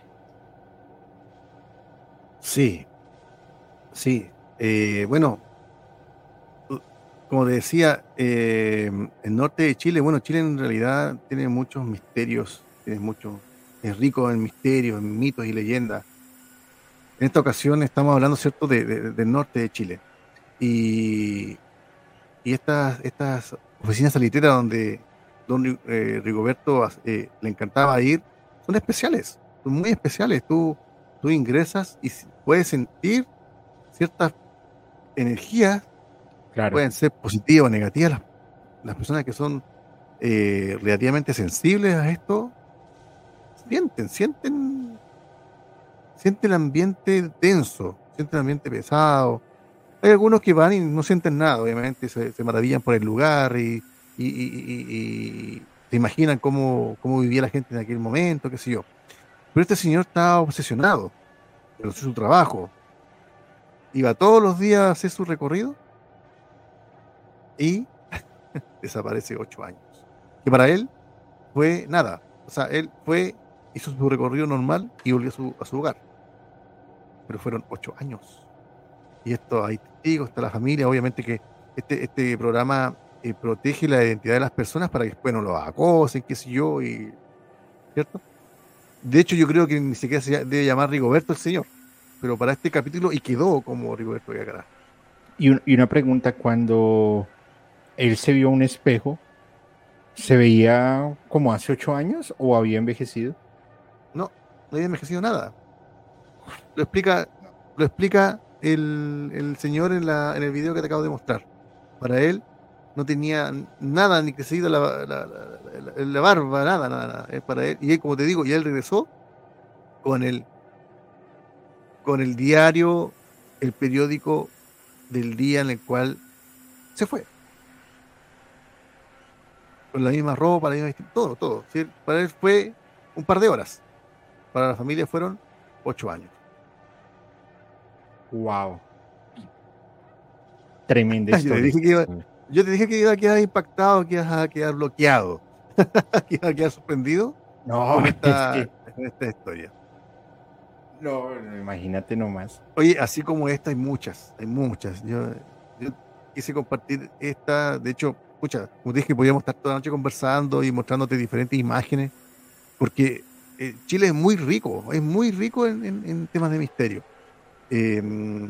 Sí, sí. Bueno, como te decía, el norte de Chile, bueno, Chile en realidad tiene muchos misterios, es rico en misterios, en mitos y leyendas. En esta ocasión estamos hablando, ¿cierto?, del norte de Chile. Y estas oficinas salitreras donde don Rigoberto le encantaba ir, son especiales, son muy especiales. Tú ingresas y puedes sentir ciertas energías, Claro. pueden ser positivas o negativas. Las personas que son relativamente sensibles a esto, sienten el ambiente denso, sienten el ambiente pesado. Hay algunos que van y no sienten nada, obviamente, se maravillan por el lugar y se imaginan cómo vivía la gente en aquel momento, qué sé yo. Pero este señor estaba obsesionado, pero hacer su trabajo. Iba todos los días a hacer su recorrido y desaparece 8 años. Que para él fue nada. O sea, él hizo su recorrido normal y volvió a su hogar. Pero fueron 8 años. Y esto, hay testigos, está la familia. Obviamente que este programa protege la identidad de las personas para que después no lo acosen, qué sé yo, ¿cierto? De hecho, yo creo que ni siquiera se debe llamar Rigoberto el señor, pero para este capítulo y quedó como Rigoberto Gagará. Y una pregunta, cuando él se vio a un espejo, ¿se veía como hace 8 años o había envejecido? No había envejecido nada. Lo explica el señor en el video que te acabo de mostrar. Para él no tenía nada, ni crecido la barba, nada. Para él, y él, como te digo, y él regresó con el diario, el periódico del día en el cual se fue. Con la misma ropa, todo. ¿Sí? Para él fue un par de horas. Para la familia fueron 8 años. Wow. Tremenda Yo te historia. dije que iba a quedar impactado, que ibas a quedar bloqueado, que iba a quedar sorprendido No, con es que con esta historia. no, imagínate nomás. Oye, así como esta hay muchas. Yo quise compartir esta, de hecho, escucha, como te dije, podíamos estar toda la noche conversando y mostrándote diferentes imágenes, porque Chile es muy rico en temas de misterio. Eh,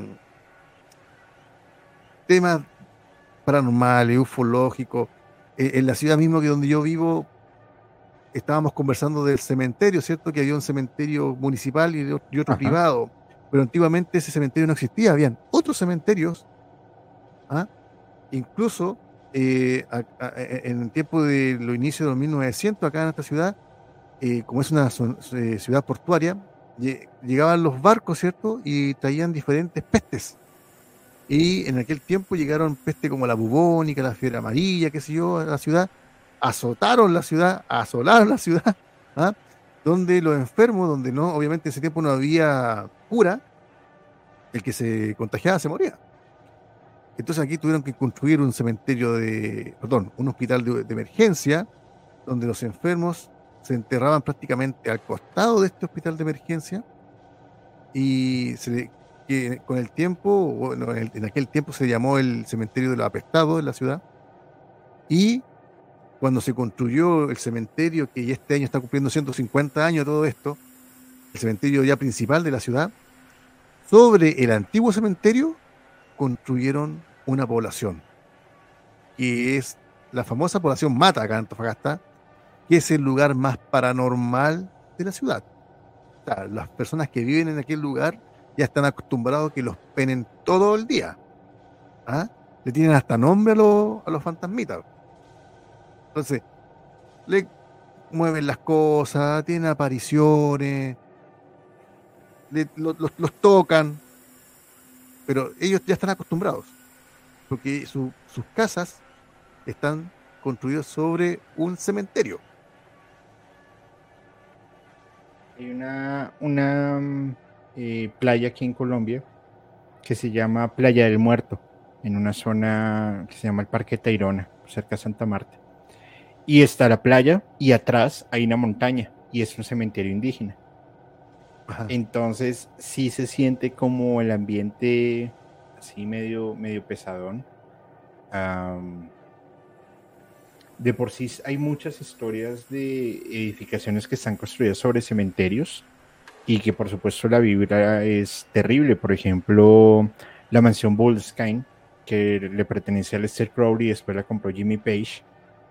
Temas paranormales, ufológicos. En la ciudad mismo que donde yo vivo, estábamos conversando del cementerio, ¿cierto? Que había un cementerio municipal y otro Ajá. privado, pero antiguamente ese cementerio no existía, habían otros cementerios, ¿ah? Incluso en el tiempo de los inicios de los 1900, acá en esta ciudad, como es una ciudad portuaria, llegaban los barcos, ¿cierto? Y traían diferentes pestes. Y en aquel tiempo llegaron pestes como la bubónica, la fiebre amarilla, qué sé yo, a la ciudad, azotaron la ciudad, asolaron la ciudad, ¿ah? Donde los enfermos, donde no, obviamente en ese tiempo no había cura, el que se contagiaba se moría. Entonces aquí tuvieron que construir un cementerio un hospital de emergencia, donde los enfermos se enterraban prácticamente al costado de este hospital de emergencia y que con el tiempo, bueno, en aquel tiempo se llamó el cementerio de los apestados en la ciudad, y cuando se construyó el cementerio, que ya este año está cumpliendo 150 años todo esto, el cementerio ya principal de la ciudad, sobre el antiguo cementerio construyeron una población, que es la famosa población Mata acá en Antofagasta, que es el lugar más paranormal de la ciudad. O sea, las personas que viven en aquel lugar ya están acostumbrados a que los penen todo el día. ¿Ah? Le tienen hasta nombre a los fantasmitas. Entonces, le mueven las cosas, tienen apariciones, los tocan, pero ellos ya están acostumbrados, porque sus casas están construidas sobre un cementerio. Hay una playa aquí en Colombia que se llama Playa del Muerto, en una zona que se llama el Parque Tayrona, cerca de Santa Marta. Y está la playa y atrás hay una montaña y es un cementerio indígena. Ajá. Entonces sí se siente como el ambiente así medio pesadón. De por sí hay muchas historias de edificaciones que están construidas sobre cementerios y que por supuesto la vibra es terrible. Por ejemplo, la mansión Boleskine, que le pertenecía a Lester Crowley y después la compró Jimmy Page.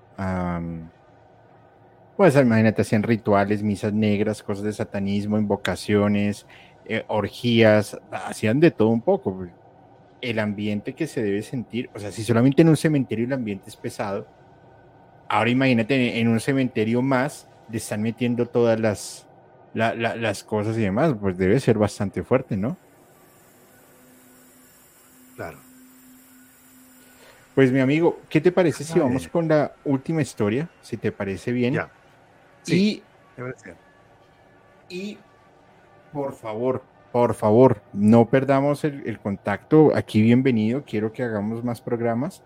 Pues imagínate, hacían rituales, misas negras, cosas de satanismo, invocaciones, orgías, hacían de todo un poco. El ambiente que se debe sentir, o sea, si solamente en un cementerio el ambiente es pesado, ahora imagínate en un cementerio más, le están metiendo todas las cosas y demás, pues debe ser bastante fuerte, ¿no? Claro. Pues mi amigo, ¿qué te parece si vamos con la última historia? Si te parece bien. Ya. Sí, y por favor, no perdamos el contacto. Aquí bienvenido, quiero que hagamos más programas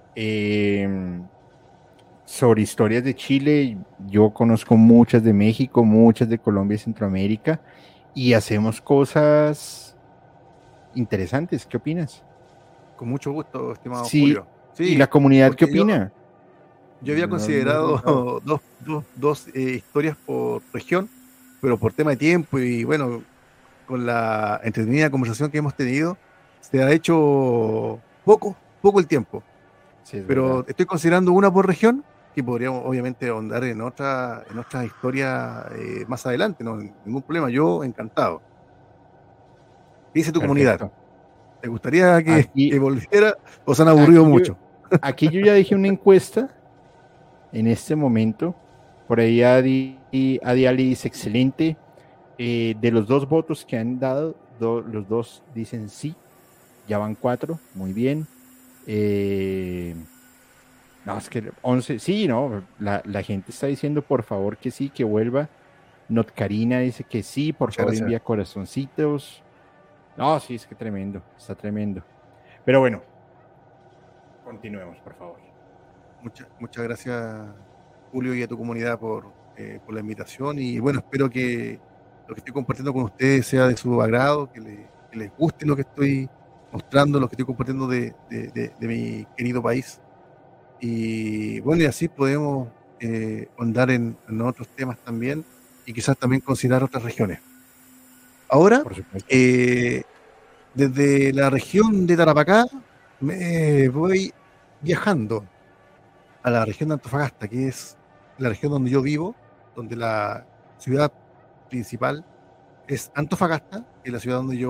sobre historias de Chile. Yo conozco muchas de México, muchas de Colombia y Centroamérica, y hacemos cosas interesantes. ¿Qué opinas? Con mucho gusto, estimado Sí, Julio. Sí, ¿y la comunidad qué opina? Yo había considerado dos historias por región, pero por tema de tiempo y bueno, con la entretenida conversación que hemos tenido, se ha hecho poco el tiempo. Sí, es Pero verdad. estoy considerando una por región, que podríamos obviamente ahondar en otra historia más adelante, no ningún problema, yo encantado. ¿Qué dice tu comunidad? Perfecto. ¿Te gustaría que Aquí, volviera o se han aburrido aquí yo, mucho? aquí yo ya dije una encuesta en este momento. Por ahí Adi Ali dice excelente. De los 2 votos que han dado, los 2 dicen sí. Ya van 4. Muy bien. Eh, no, es que 11. Sí, no. La gente está diciendo por favor que sí, que vuelva. Not Karina dice que sí. Por Muchas favor gracias. envía corazoncitos. No, sí, es que tremendo. Está tremendo. Pero bueno, continuemos, por favor. Muchas gracias, Julio, y a tu comunidad por la invitación. Y bueno, espero que lo que estoy compartiendo con ustedes sea de su agrado, que les guste lo que estoy mostrando, lo que estoy compartiendo de mi querido país. Y bueno, y así podemos ahondar en otros temas también y quizás también considerar otras regiones. Ahora, Por supuesto. desde la región de Tarapacá, me voy viajando a la región de Antofagasta, que es la región donde yo vivo, donde la ciudad principal es Antofagasta, que es la ciudad donde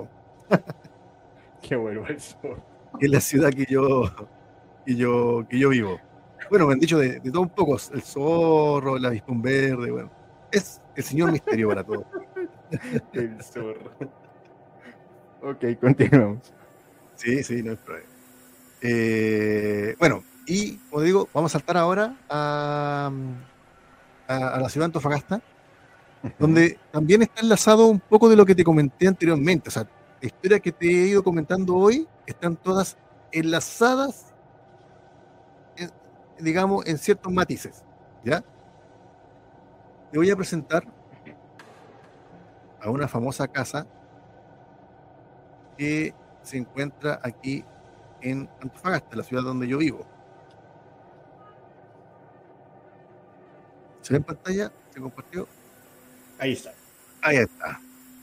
Que vuelva el sol. que es la ciudad que yo vivo. Bueno, me han dicho de todo un poco, el zorro, el avispón verde, bueno, es el señor misterio para todos. El zorro. Ok, continuamos. Sí, no hay problema. Bueno, y como digo, vamos a saltar ahora a la ciudad de Antofagasta, donde también está enlazado un poco de lo que te comenté anteriormente. O sea, la historia que te he ido comentando hoy están todas enlazadas, digamos, en ciertos matices. ¿Ya? Te voy a presentar a una famosa casa que se encuentra aquí en Antofagasta, la ciudad donde yo vivo. ¿Se ve en pantalla? ¿Se compartió? Ahí está. Ahí está.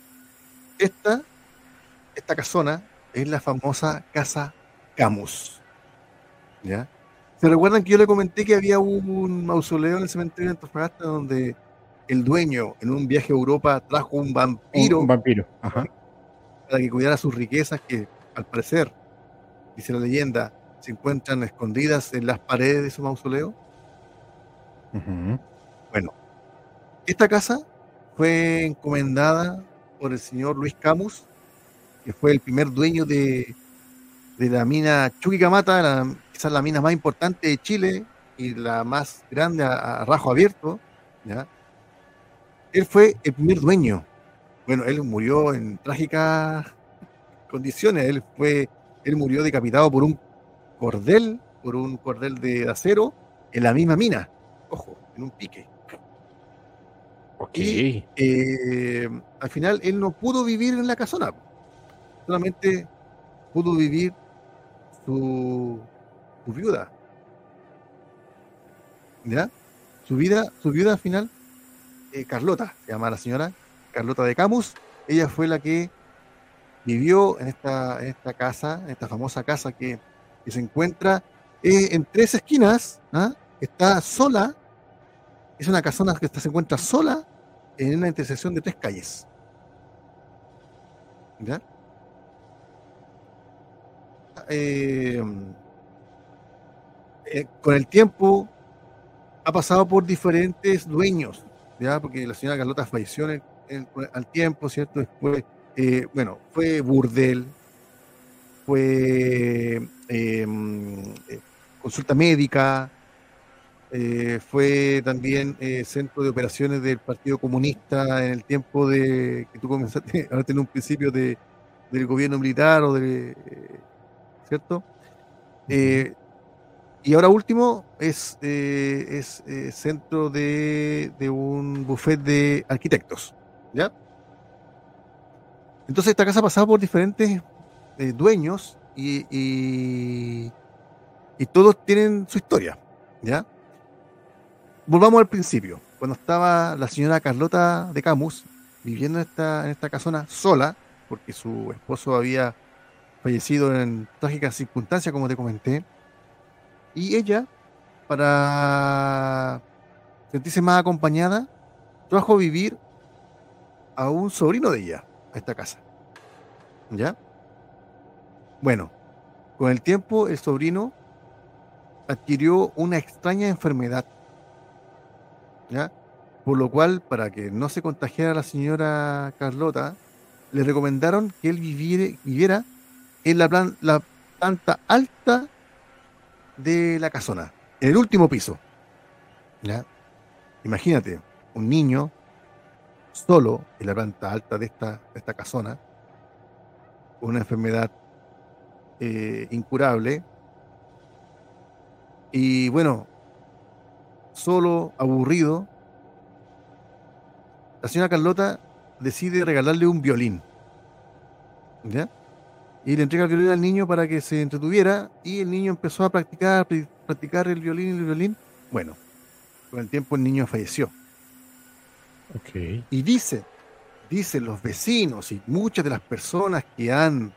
Esta casona es la famosa Casa Camus. ¿Ya? ¿Se recuerdan que yo le comenté que había un mausoleo en el cementerio de Antofagasta donde el dueño en un viaje a Europa trajo un Un vampiro vampiro. Ajá. para que cuidara sus riquezas que al parecer, dice la leyenda, se encuentran escondidas en las paredes de su mausoleo? Ujú. Bueno, esta casa fue encomendada por el señor Luis Camus, que fue el primer dueño de la mina Chuquicamata, quizás la mina más importante de Chile y la más grande a rajo abierto, ¿ya? Él fue el primer dueño. Bueno, él murió en trágicas condiciones. Él murió decapitado por un cordel de acero en la misma mina. Ojo, en un pique. Ok. Y al final él no pudo vivir en la casona, solamente pudo vivir su viuda, ¿ya? Su viuda al final, Carlota, se llama la señora Carlota de Camus. Ella fue la que vivió en esta casa, en esta famosa casa que se encuentra en 3 esquinas, ¿ah? Está sola, es una casona que se encuentra sola en una intersección de 3 calles, ¿ya? Eh, con el tiempo ha pasado por diferentes dueños, ¿ya? Porque la señora Carlota falleció al tiempo, ¿cierto? Después, bueno, fue burdel, fue consulta médica, fue también centro de operaciones del Partido Comunista en el tiempo de que tú comenzaste a hablar en un principio del gobierno militar ¿cierto? Ujú. Y ahora último es centro de un buffet de arquitectos, ¿ya? Entonces esta casa ha pasado por diferentes dueños y todos tienen su historia, ¿ya? Volvamos al principio. cuando estaba la señora Carlota de Camus viviendo en esta casona sola, porque su esposo había fallecido en trágicas circunstancias, como te comenté, y ella, para sentirse más acompañada, trajo a vivir a un sobrino de ella, a esta casa. ¿Ya? Bueno, con el tiempo el sobrino adquirió una extraña enfermedad, ¿ya? Por lo cual, para que no se contagiara la señora Carlota, le recomendaron que él viviera en la planta alta de la casona, en el último piso. ¿Ya? Imagínate, un niño solo en la planta alta de esta casona, con una enfermedad incurable, y bueno, solo, aburrido, la señora Carlota decide regalarle un violín, ¿ya? Y le entrega el violín al niño para que se entretuviera, y el niño empezó a practicar el violín. Bueno, con el tiempo el niño falleció. Ok. Y dicen los vecinos y muchas de las personas que han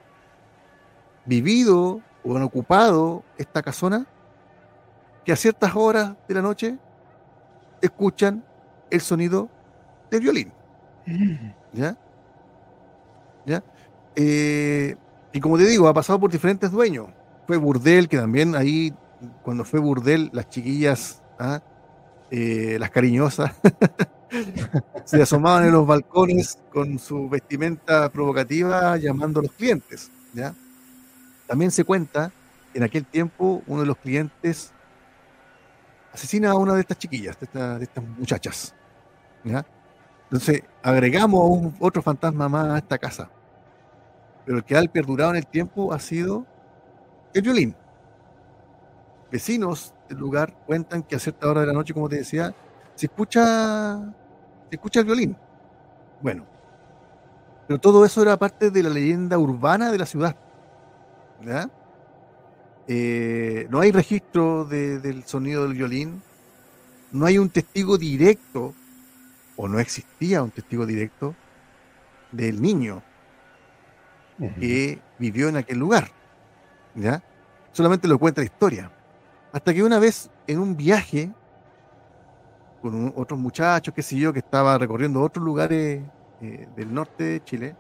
vivido o han ocupado esta casona, que a ciertas horas de la noche escuchan el sonido del violín. ¿Ya? ¿Ya? Y como te digo, ha pasado por diferentes dueños. Fue Burdel, que también ahí, cuando fue Burdel, las chiquillas, las cariñosas, se asomaban en los balcones con su vestimenta provocativa llamando a los clientes. ¿Ya? También se cuenta, en aquel tiempo, uno de los clientes asesina a una de estas chiquillas, de estas muchachas. ¿Ya? Entonces, agregamos otro fantasma más a esta casa. Pero el que ha perdurado en el tiempo ha sido el violín. Vecinos del lugar cuentan que a cierta hora de la noche, como te decía, se escucha el violín. Bueno, pero todo eso era parte de la leyenda urbana de la ciudad. ¿Ya? No hay registro del sonido del violín, no hay un testigo directo, o no existía un testigo directo del niño que vivió en aquel lugar, ¿ya? Solamente lo cuenta la historia. Hasta que una vez en un viaje con otros muchachos, qué sé yo, que estaba recorriendo otros lugares del norte de Chile,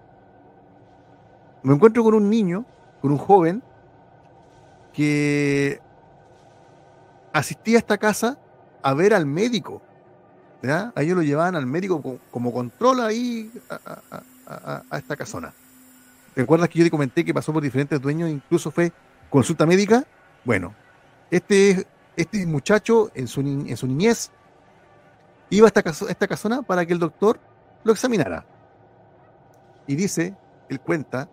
me encuentro con un niño, con un joven que asistía a esta casa a ver al médico, ¿ya? A ellos lo llevaban al médico como control ahí a esta casona. ¿Te acuerdas que yo te comenté que pasó por diferentes dueños, incluso fue consulta médica? Bueno, este muchacho en su niñez iba a esta casona para que el doctor lo examinara. Y dice, él cuenta,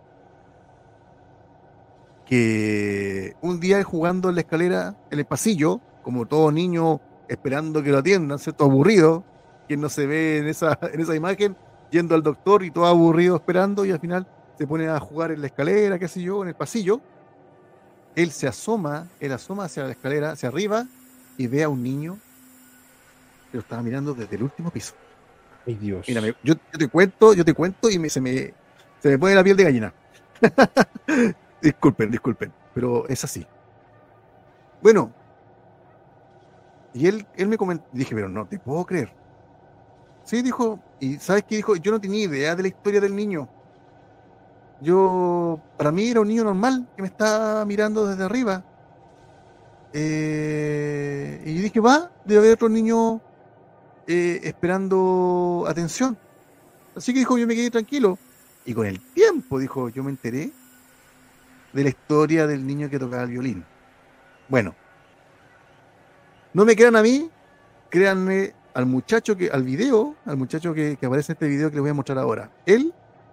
que un día él jugando en la escalera, en el pasillo, como todo niño esperando que lo atiendan, ¿cierto? Aburrido, quien no se ve en esa imagen, yendo al doctor y todo aburrido esperando, y al final se pone a jugar en la escalera, qué sé yo, en el pasillo. Él asoma hacia la escalera, hacia arriba, y ve a un niño que lo estaba mirando desde el último piso. Ay, Dios. Mira, yo te cuento y se me pone la piel de gallina. Disculpen, pero es así. Bueno, y él me comentó, dije, pero no te puedo creer. Sí, dijo, y ¿sabes qué dijo? Yo no tenía idea de la historia del niño. Para mí era un niño normal que me estaba mirando desde arriba. Y dije, debe haber otro niño esperando atención. Así que dijo, yo me quedé tranquilo. Y con el tiempo, dijo, yo me enteré de la historia del niño que tocaba el violín. Bueno, no me crean a mí, créanme al muchacho que aparece en este video que les voy a mostrar ahora. Él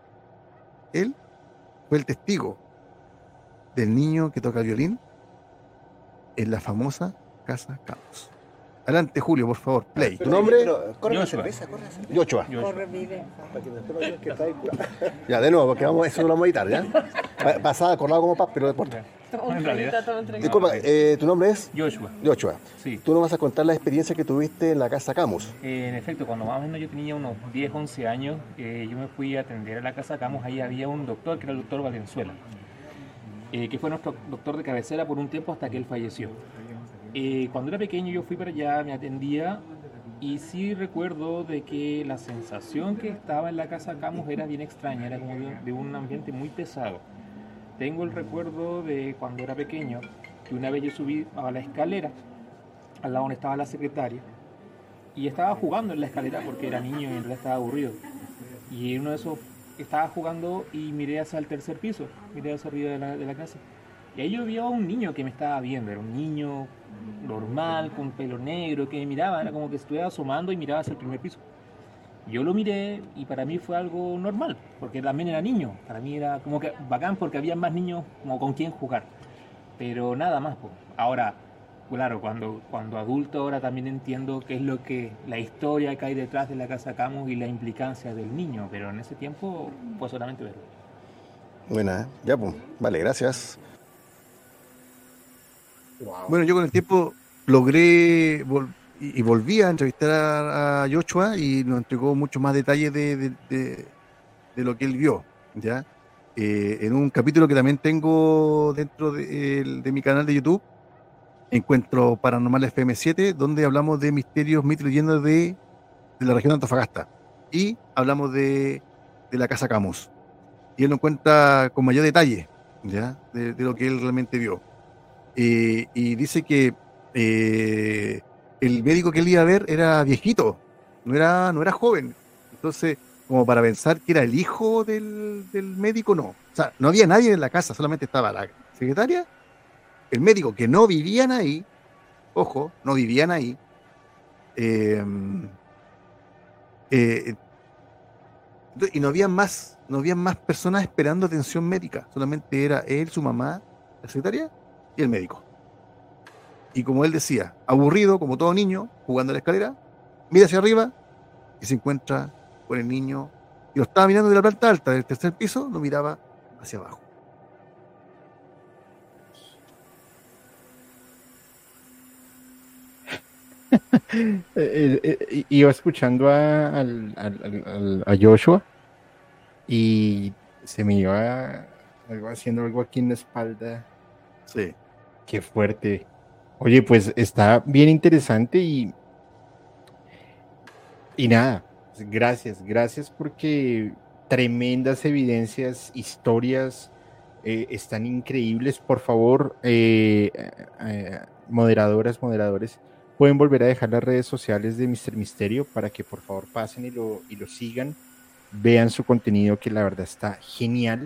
fue el testigo del niño que toca el violín en la famosa Casa Camus. Adelante, Julio, por favor, play. ¿Tu nombre? Corre la cerveza. Yochoa. Corre, vive. Ya, de nuevo, porque eso lo vamos a editar, ¿ya? Pasada, acordado como paz, pero deporte. En realidad. Disculpa, ¿tu nombre es? Joshua. Joshua. Sí. Tú nos vas a contar la experiencia que tuviste en la Casa Camus. En efecto, cuando más o menos yo tenía unos 10, 11 años, yo me fui a atender a la Casa Camus. Ahí había un doctor, que era el doctor Valenzuela, que fue nuestro doctor de cabecera por un tiempo hasta que él falleció. Cuando era pequeño yo fui para allá, me atendía, y sí recuerdo de que la sensación que estaba en la Casa Camus era bien extraña, era como de un ambiente muy pesado. Tengo el recuerdo de cuando era pequeño, que una vez yo subí a la escalera, al lado donde estaba la secretaria, y estaba jugando en la escalera porque era niño y en realidad estaba aburrido. Y en uno de esos estaba jugando y miré hacia el tercer piso, miré hacia arriba de la casa. Y ahí yo vi a un niño que me estaba viendo, era un niño normal, con pelo negro, que me miraba, era como que estuviera asomando y miraba hacia el primer piso. Yo lo miré y para mí fue algo normal, porque también era niño. Para mí era como que bacán porque había más niños como con quien jugar. Pero nada más, pues. Ahora, claro, cuando adulto ahora también entiendo qué es lo que, la historia que hay detrás de la Casa Camus y la implicancia del niño, pero en ese tiempo fue solamente verlo. Buena, ya pues, vale, gracias. Wow. Bueno, yo con el tiempo logré y volví a entrevistar a Joshua y nos entregó muchos más detalles de lo que él vio, ¿ya? En un capítulo que también tengo dentro de mi canal de YouTube, Encuentro Paranormal FM7, donde hablamos de misterios, mitos y leyendas de la región de Antofagasta. Y hablamos de la Casa Camus. Y él nos cuenta con mayor detalle, ¿ya? De lo que él realmente vio. Y dice que el médico que él iba a ver era viejito, no era joven. Entonces, como para pensar que era el hijo del médico, no. O sea, no había nadie en la casa, solamente estaba la secretaria, el médico, que no vivían ahí, ojo, no vivían ahí, y no había más personas esperando atención médica, solamente era él, su mamá, la secretaria y el médico. Y como él decía, aburrido, como todo niño, jugando a la escalera, mira hacia arriba y se encuentra con el niño, y lo estaba mirando de la planta alta, del tercer piso, lo miraba hacia abajo. Iba escuchando a Joshua y se me iba haciendo algo aquí en la espalda. Sí. Qué fuerte. Oye, pues está bien interesante y nada, pues gracias porque tremendas evidencias, historias, están increíbles. Por favor, moderadores, pueden volver a dejar las redes sociales de Mr. Misterio para que por favor pasen y lo sigan, vean su contenido, que la verdad está genial.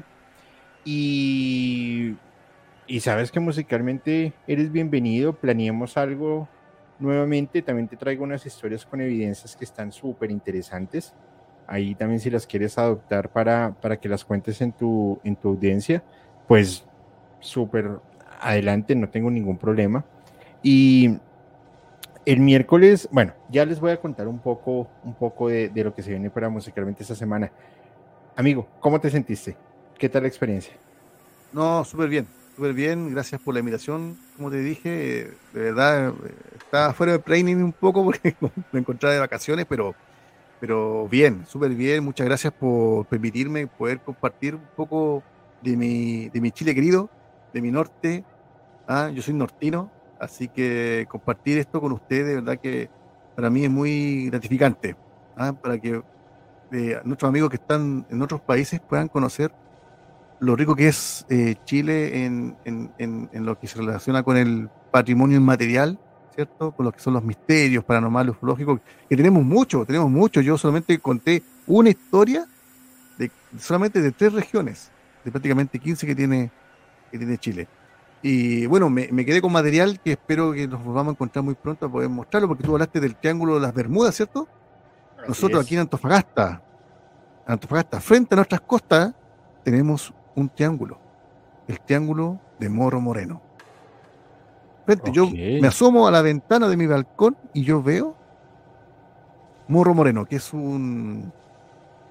Y sabes que musicalmente eres bienvenido, planeemos algo nuevamente. También te traigo unas historias con evidencias que están súper interesantes. Ahí también, si las quieres adoptar para que las cuentes en tu audiencia, pues súper adelante, no tengo ningún problema. Y el miércoles, bueno, ya les voy a contar un poco de lo que se viene para musicalmente esta semana. Amigo, ¿cómo te sentiste? ¿Qué tal la experiencia? No, súper bien, gracias por la invitación. Como te dije, de verdad, estaba fuera de training un poco porque me encontraba de vacaciones, pero bien, súper bien. Muchas gracias por permitirme poder compartir un poco de mi Chile querido, de mi norte. Yo soy nortino, así que compartir esto con ustedes, de verdad que para mí es muy gratificante, para que nuestros amigos que están en otros países puedan conocer lo rico que es Chile en lo que se relaciona con el patrimonio inmaterial, ¿cierto? Con lo que son los misterios paranormales, ufológicos, que tenemos mucho. Yo solamente conté una historia solamente de 3 regiones, de prácticamente 15 que tiene Chile. Y bueno, me quedé con material que espero que nos vamos a encontrar muy pronto para poder mostrarlo, porque tú hablaste del Triángulo de las Bermudas, ¿cierto? Nosotros aquí en Antofagasta, frente a nuestras costas, tenemos un triángulo, el Triángulo de Morro Moreno. Frente, yo me asomo a la ventana de mi balcón y yo veo Morro Moreno, que es un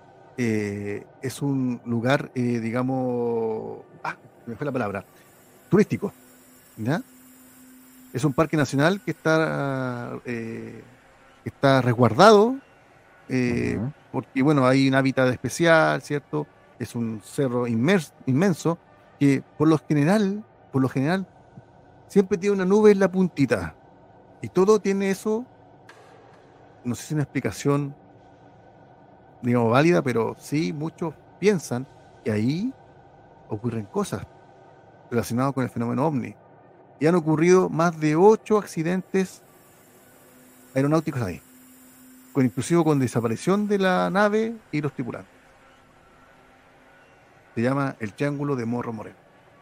lugar, digamos, me fue la palabra, turístico, ¿ya? Es un parque nacional que está resguardado, porque, bueno, hay un hábitat especial, ¿cierto? Es un cerro inmenso que por lo general, siempre tiene una nube en la puntita. Y todo tiene eso, no sé si es una explicación, digamos, válida, pero sí muchos piensan que ahí ocurren cosas relacionadas con el fenómeno OVNI. Y han ocurrido más de 8 accidentes aeronáuticos ahí, inclusive con desaparición de la nave y los tripulantes. Se llama el Triángulo de Morro Moreno.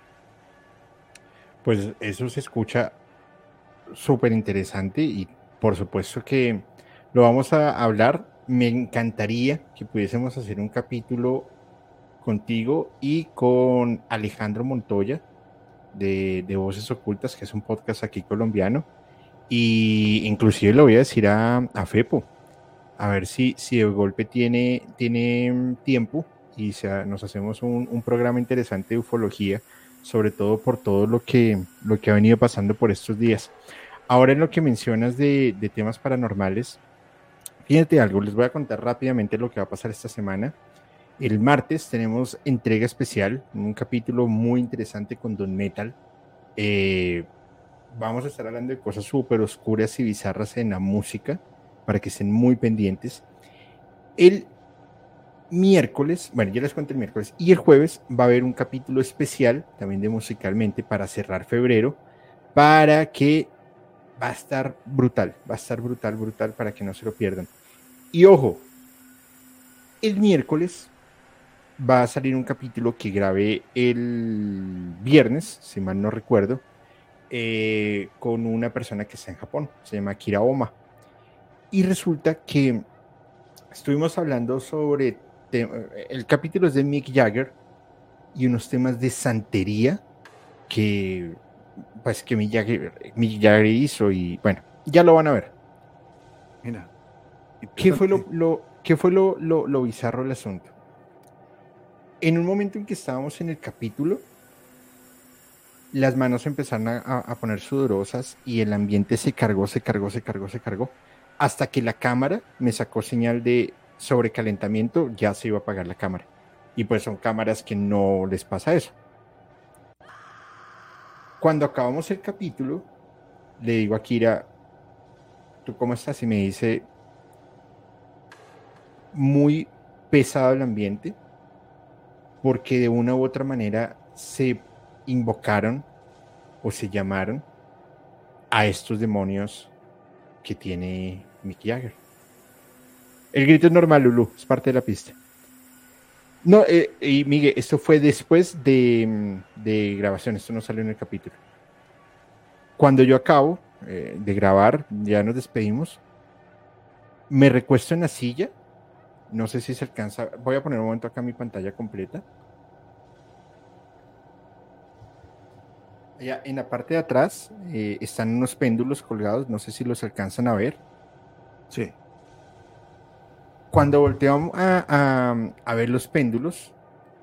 Pues eso se escucha súper interesante y por supuesto que lo vamos a hablar. Me encantaría que pudiésemos hacer un capítulo contigo y con Alejandro Montoya de Voces Ocultas, que es un podcast aquí colombiano, y inclusive le voy a decir a Fepo, a ver si de golpe tiene tiempo y nos hacemos un programa interesante de ufología, sobre todo por todo lo que ha venido pasando por estos días. Ahora en lo que mencionas de temas paranormales, fíjate algo, les voy a contar rápidamente lo que va a pasar esta semana. El martes tenemos entrega especial, un capítulo muy interesante con Don Metal. Vamos a estar hablando de cosas súper oscuras y bizarras en la música, para que estén muy pendientes. El miércoles, bueno, ya les cuento el miércoles, y el jueves va a haber un capítulo especial, también de Musicalmente, para cerrar febrero, para que va a estar brutal, brutal, para que no se lo pierdan. Y ojo, el miércoles va a salir un capítulo que grabé el viernes, si mal no recuerdo, con una persona que está en Japón, se llama Kira Oma. Y resulta que estuvimos hablando sobre, el capítulo es de Mick Jagger y unos temas de santería que Mick Jagger hizo, y bueno, ya lo van a ver. Mira, ¿Qué fue lo bizarro del asunto? En un momento en que estábamos en el capítulo, las manos empezaron a poner sudorosas y el ambiente se cargó, hasta que la cámara me sacó señal de sobrecalentamiento, ya se iba a apagar la cámara. Y pues son cámaras que no les pasa eso. Cuando acabamos el capítulo, le digo a Kira, ¿tú cómo estás? Y me dice, muy pesado el ambiente, porque de una u otra manera se invocaron o se llamaron a estos demonios que tiene Mick Jagger. El grito es normal, Lulu, es parte de la pista. No, y Miguel, esto fue después de grabación, esto no salió en el capítulo. Cuando yo acabo de grabar, ya nos despedimos, me recuesto en la silla, no sé si se alcanza, voy a poner un momento acá mi pantalla completa. Allá en la parte de atrás están unos péndulos colgados, no sé si los alcanzan a ver. sí. Cuando volteamos a ver los péndulos,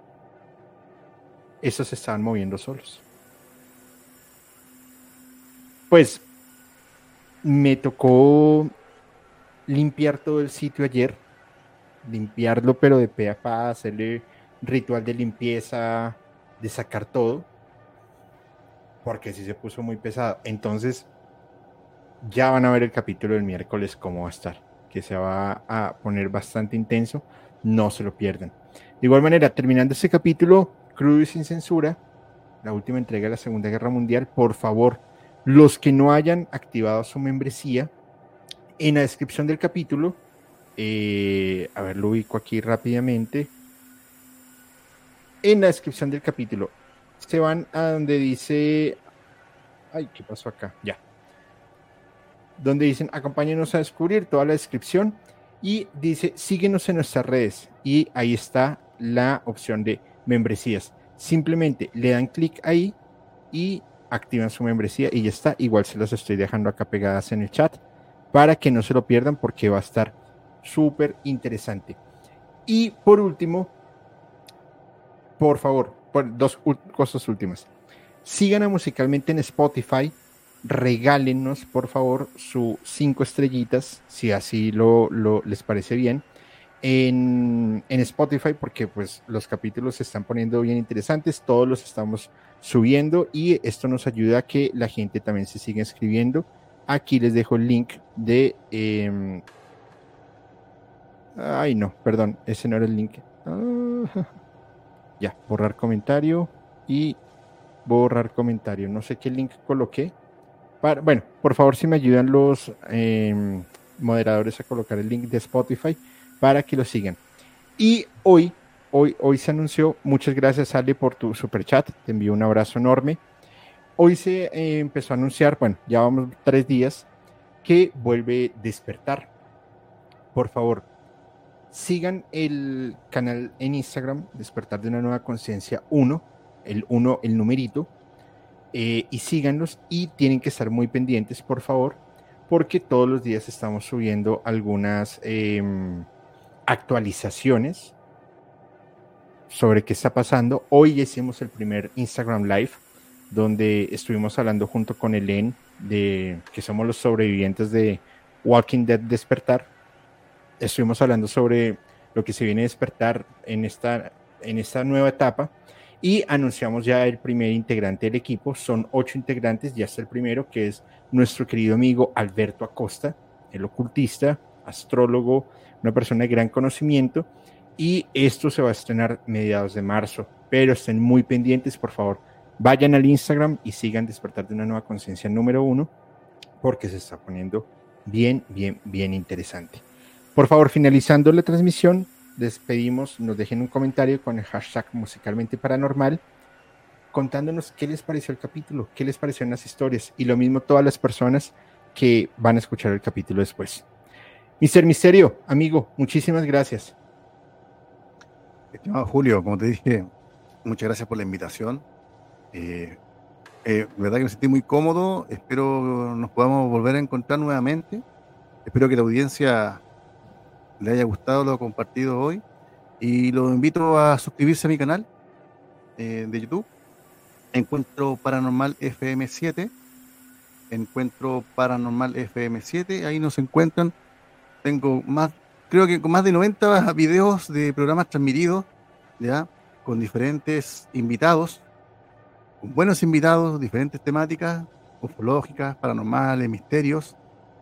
esos se estaban moviendo solos. Pues me tocó limpiar todo el sitio ayer, limpiarlo pero de pe a pa, hacerle ritual de limpieza, de sacar todo, porque sí se puso muy pesado. Entonces ya van a ver el capítulo del miércoles cómo va a estar, que se va a poner bastante intenso, no se lo pierdan. De igual manera, terminando este capítulo, crudo y sin censura, la última entrega de la Segunda Guerra Mundial, por favor, los que no hayan activado su membresía, en la descripción del capítulo, a ver, lo ubico aquí rápidamente, en la descripción del capítulo, se van a donde dice, ay, ¿qué pasó acá? Ya. Donde dicen, acompáñenos a descubrir, toda la descripción, y dice, síguenos en nuestras redes, y ahí está la opción de membresías. Simplemente le dan clic ahí y activan su membresía y ya está. Igual se las estoy dejando acá pegadas en el chat para que no se lo pierdan, porque va a estar súper interesante. Y por último, por favor, dos cosas últimas. Sigan a Musicalmente en Spotify, regálenos por favor sus 5 estrellitas, si así les parece bien, en Spotify, porque pues los capítulos se están poniendo bien interesantes, todos los estamos subiendo y esto nos ayuda a que la gente también se siga inscribiendo. Aquí les dejo el link de... ay, no, perdón, ese no era el link. Ya, borrar comentario y borrar comentario. No sé qué link coloqué. Bueno, por favor, si me ayudan los moderadores a colocar el link de Spotify para que lo sigan. Y hoy se anunció, muchas gracias Ale por tu super chat, te envío un abrazo enorme. Hoy se empezó a anunciar, bueno, ya vamos 3 días, que vuelve Despertar. Por favor, sigan el canal en Instagram, Despertar de una Nueva Conciencia 1, el numerito, y síganlos y tienen que estar muy pendientes, por favor, porque todos los días estamos subiendo algunas actualizaciones sobre qué está pasando. Hoy hicimos el primer Instagram Live, donde estuvimos hablando junto con Helen, que somos los sobrevivientes de Walking Dead Despertar. Estuvimos hablando sobre lo que se viene a despertar en esta nueva etapa y anunciamos ya el primer integrante del equipo. Son 8 integrantes, ya está el primero, que es nuestro querido amigo Alberto Acosta, el ocultista, astrólogo, una persona de gran conocimiento, y esto se va a estrenar mediados de marzo, pero estén muy pendientes, por favor, vayan al Instagram y sigan Despertar de una Nueva Conciencia número 1, porque se está poniendo bien interesante. Por favor, finalizando la transmisión, les pedimos nos dejen un comentario con el hashtag Musicalmente Paranormal, contándonos qué les pareció el capítulo, qué les parecieron las historias, y lo mismo todas las personas que van a escuchar el capítulo después. Mr. Misterio, amigo, muchísimas gracias. Estimado Julio, como te dije, muchas gracias por la invitación. Verdad que me sentí muy cómodo. Espero nos podamos volver a encontrar nuevamente. Espero que la audiencia le haya gustado lo compartido hoy. Y los invito a suscribirse a mi canal de YouTube. Encuentro Paranormal FM 7. Encuentro Paranormal FM 7. Ahí nos encuentran. Tengo creo que con más de 90 videos de programas transmitidos, ya, con diferentes invitados, con buenos invitados, diferentes temáticas, ufológicas, paranormales, misterios.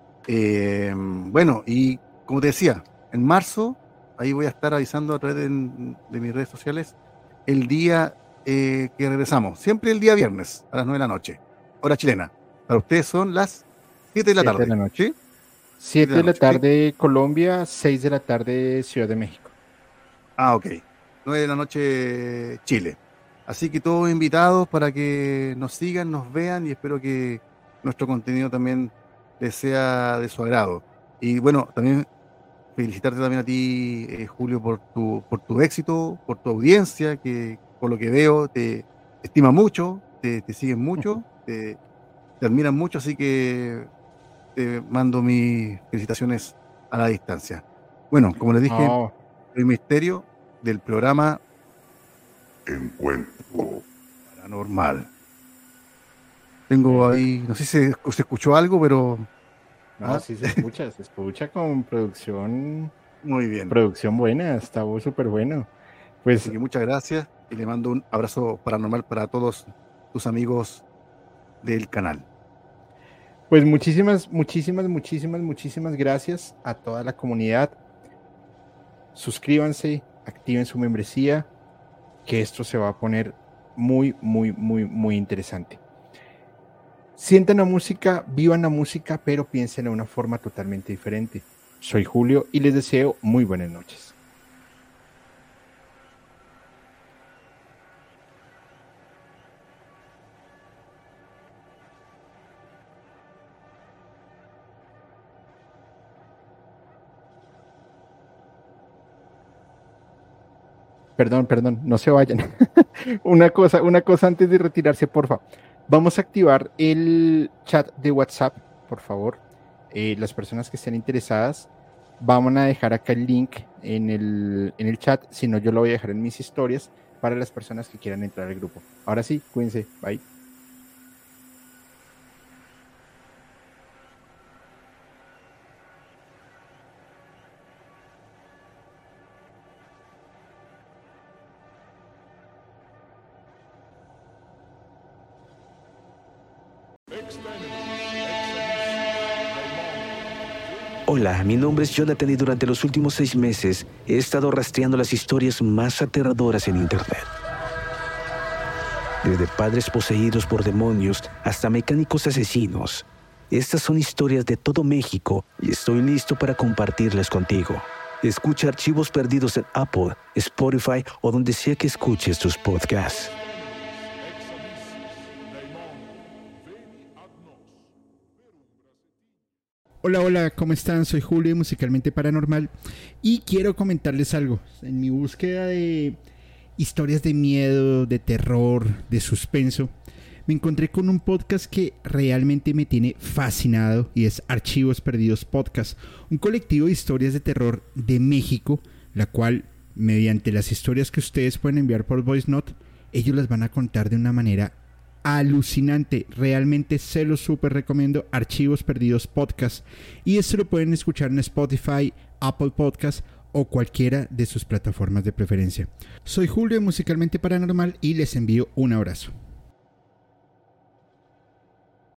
Bueno, y como te decía, en marzo, ahí voy a estar avisando a través de mis redes sociales, el día que regresamos. Siempre el día viernes, a las 9 de la noche, hora chilena. Para ustedes son las 7 de la tarde. 7 de la noche. ¿Sí? 7 de la tarde ¿sí? Colombia, 6 de la tarde Ciudad de México. Ah, ok. 9 de la noche Chile. Así que todos invitados para que nos sigan, nos vean, y espero que nuestro contenido también les sea de su agrado. Y bueno, también felicitarte también a ti, Julio, por tu éxito, por tu audiencia, que por lo que veo te estima mucho, te siguen mucho, te admiran mucho, así que te mando mis felicitaciones a la distancia. Bueno, como les dije, el misterio del programa Encuentro Paranormal. Tengo ahí, no sé si se escuchó algo, pero... No, sí se escucha con producción. Muy bien. Producción buena, está súper bueno. Pues así que muchas gracias y le mando un abrazo paranormal para todos tus amigos del canal. Pues muchísimas gracias a toda la comunidad. Suscríbanse, activen su membresía, que esto se va a poner muy interesante. Sientan la música, vivan la música, pero piensen de una forma totalmente diferente. Soy Julio y les deseo muy buenas noches. Perdón, no se vayan. Una cosa antes de retirarse, porfa. Vamos a activar el chat de WhatsApp, por favor. Las personas que estén interesadas, vamos a dejar acá el link en el chat. Si no, yo lo voy a dejar en mis historias para las personas que quieran entrar al grupo. Ahora sí, cuídense. Bye. Hola, mi nombre es Jonathan y durante los últimos 6 meses he estado rastreando las historias más aterradoras en Internet. Desde padres poseídos por demonios hasta mecánicos asesinos. Estas son historias de todo México y estoy listo para compartirlas contigo. Escucha Archivos Perdidos en Apple, Spotify o donde sea que escuches tus podcasts. Hola, hola, ¿cómo están? Soy Julio de Musicalmente Paranormal y quiero comentarles algo. En mi búsqueda de historias de miedo, de terror, de suspenso, me encontré con un podcast que realmente me tiene fascinado y es Archivos Perdidos Podcast, un colectivo de historias de terror de México, la cual, mediante las historias que ustedes pueden enviar por Voice Note, ellos las van a contar de una manera alucinante. Realmente se los súper recomiendo. Archivos Perdidos Podcast, y esto lo pueden escuchar en Spotify, Apple Podcast o cualquiera de sus plataformas de preferencia. Soy Julio de Musicalmente Paranormal y les envío un abrazo.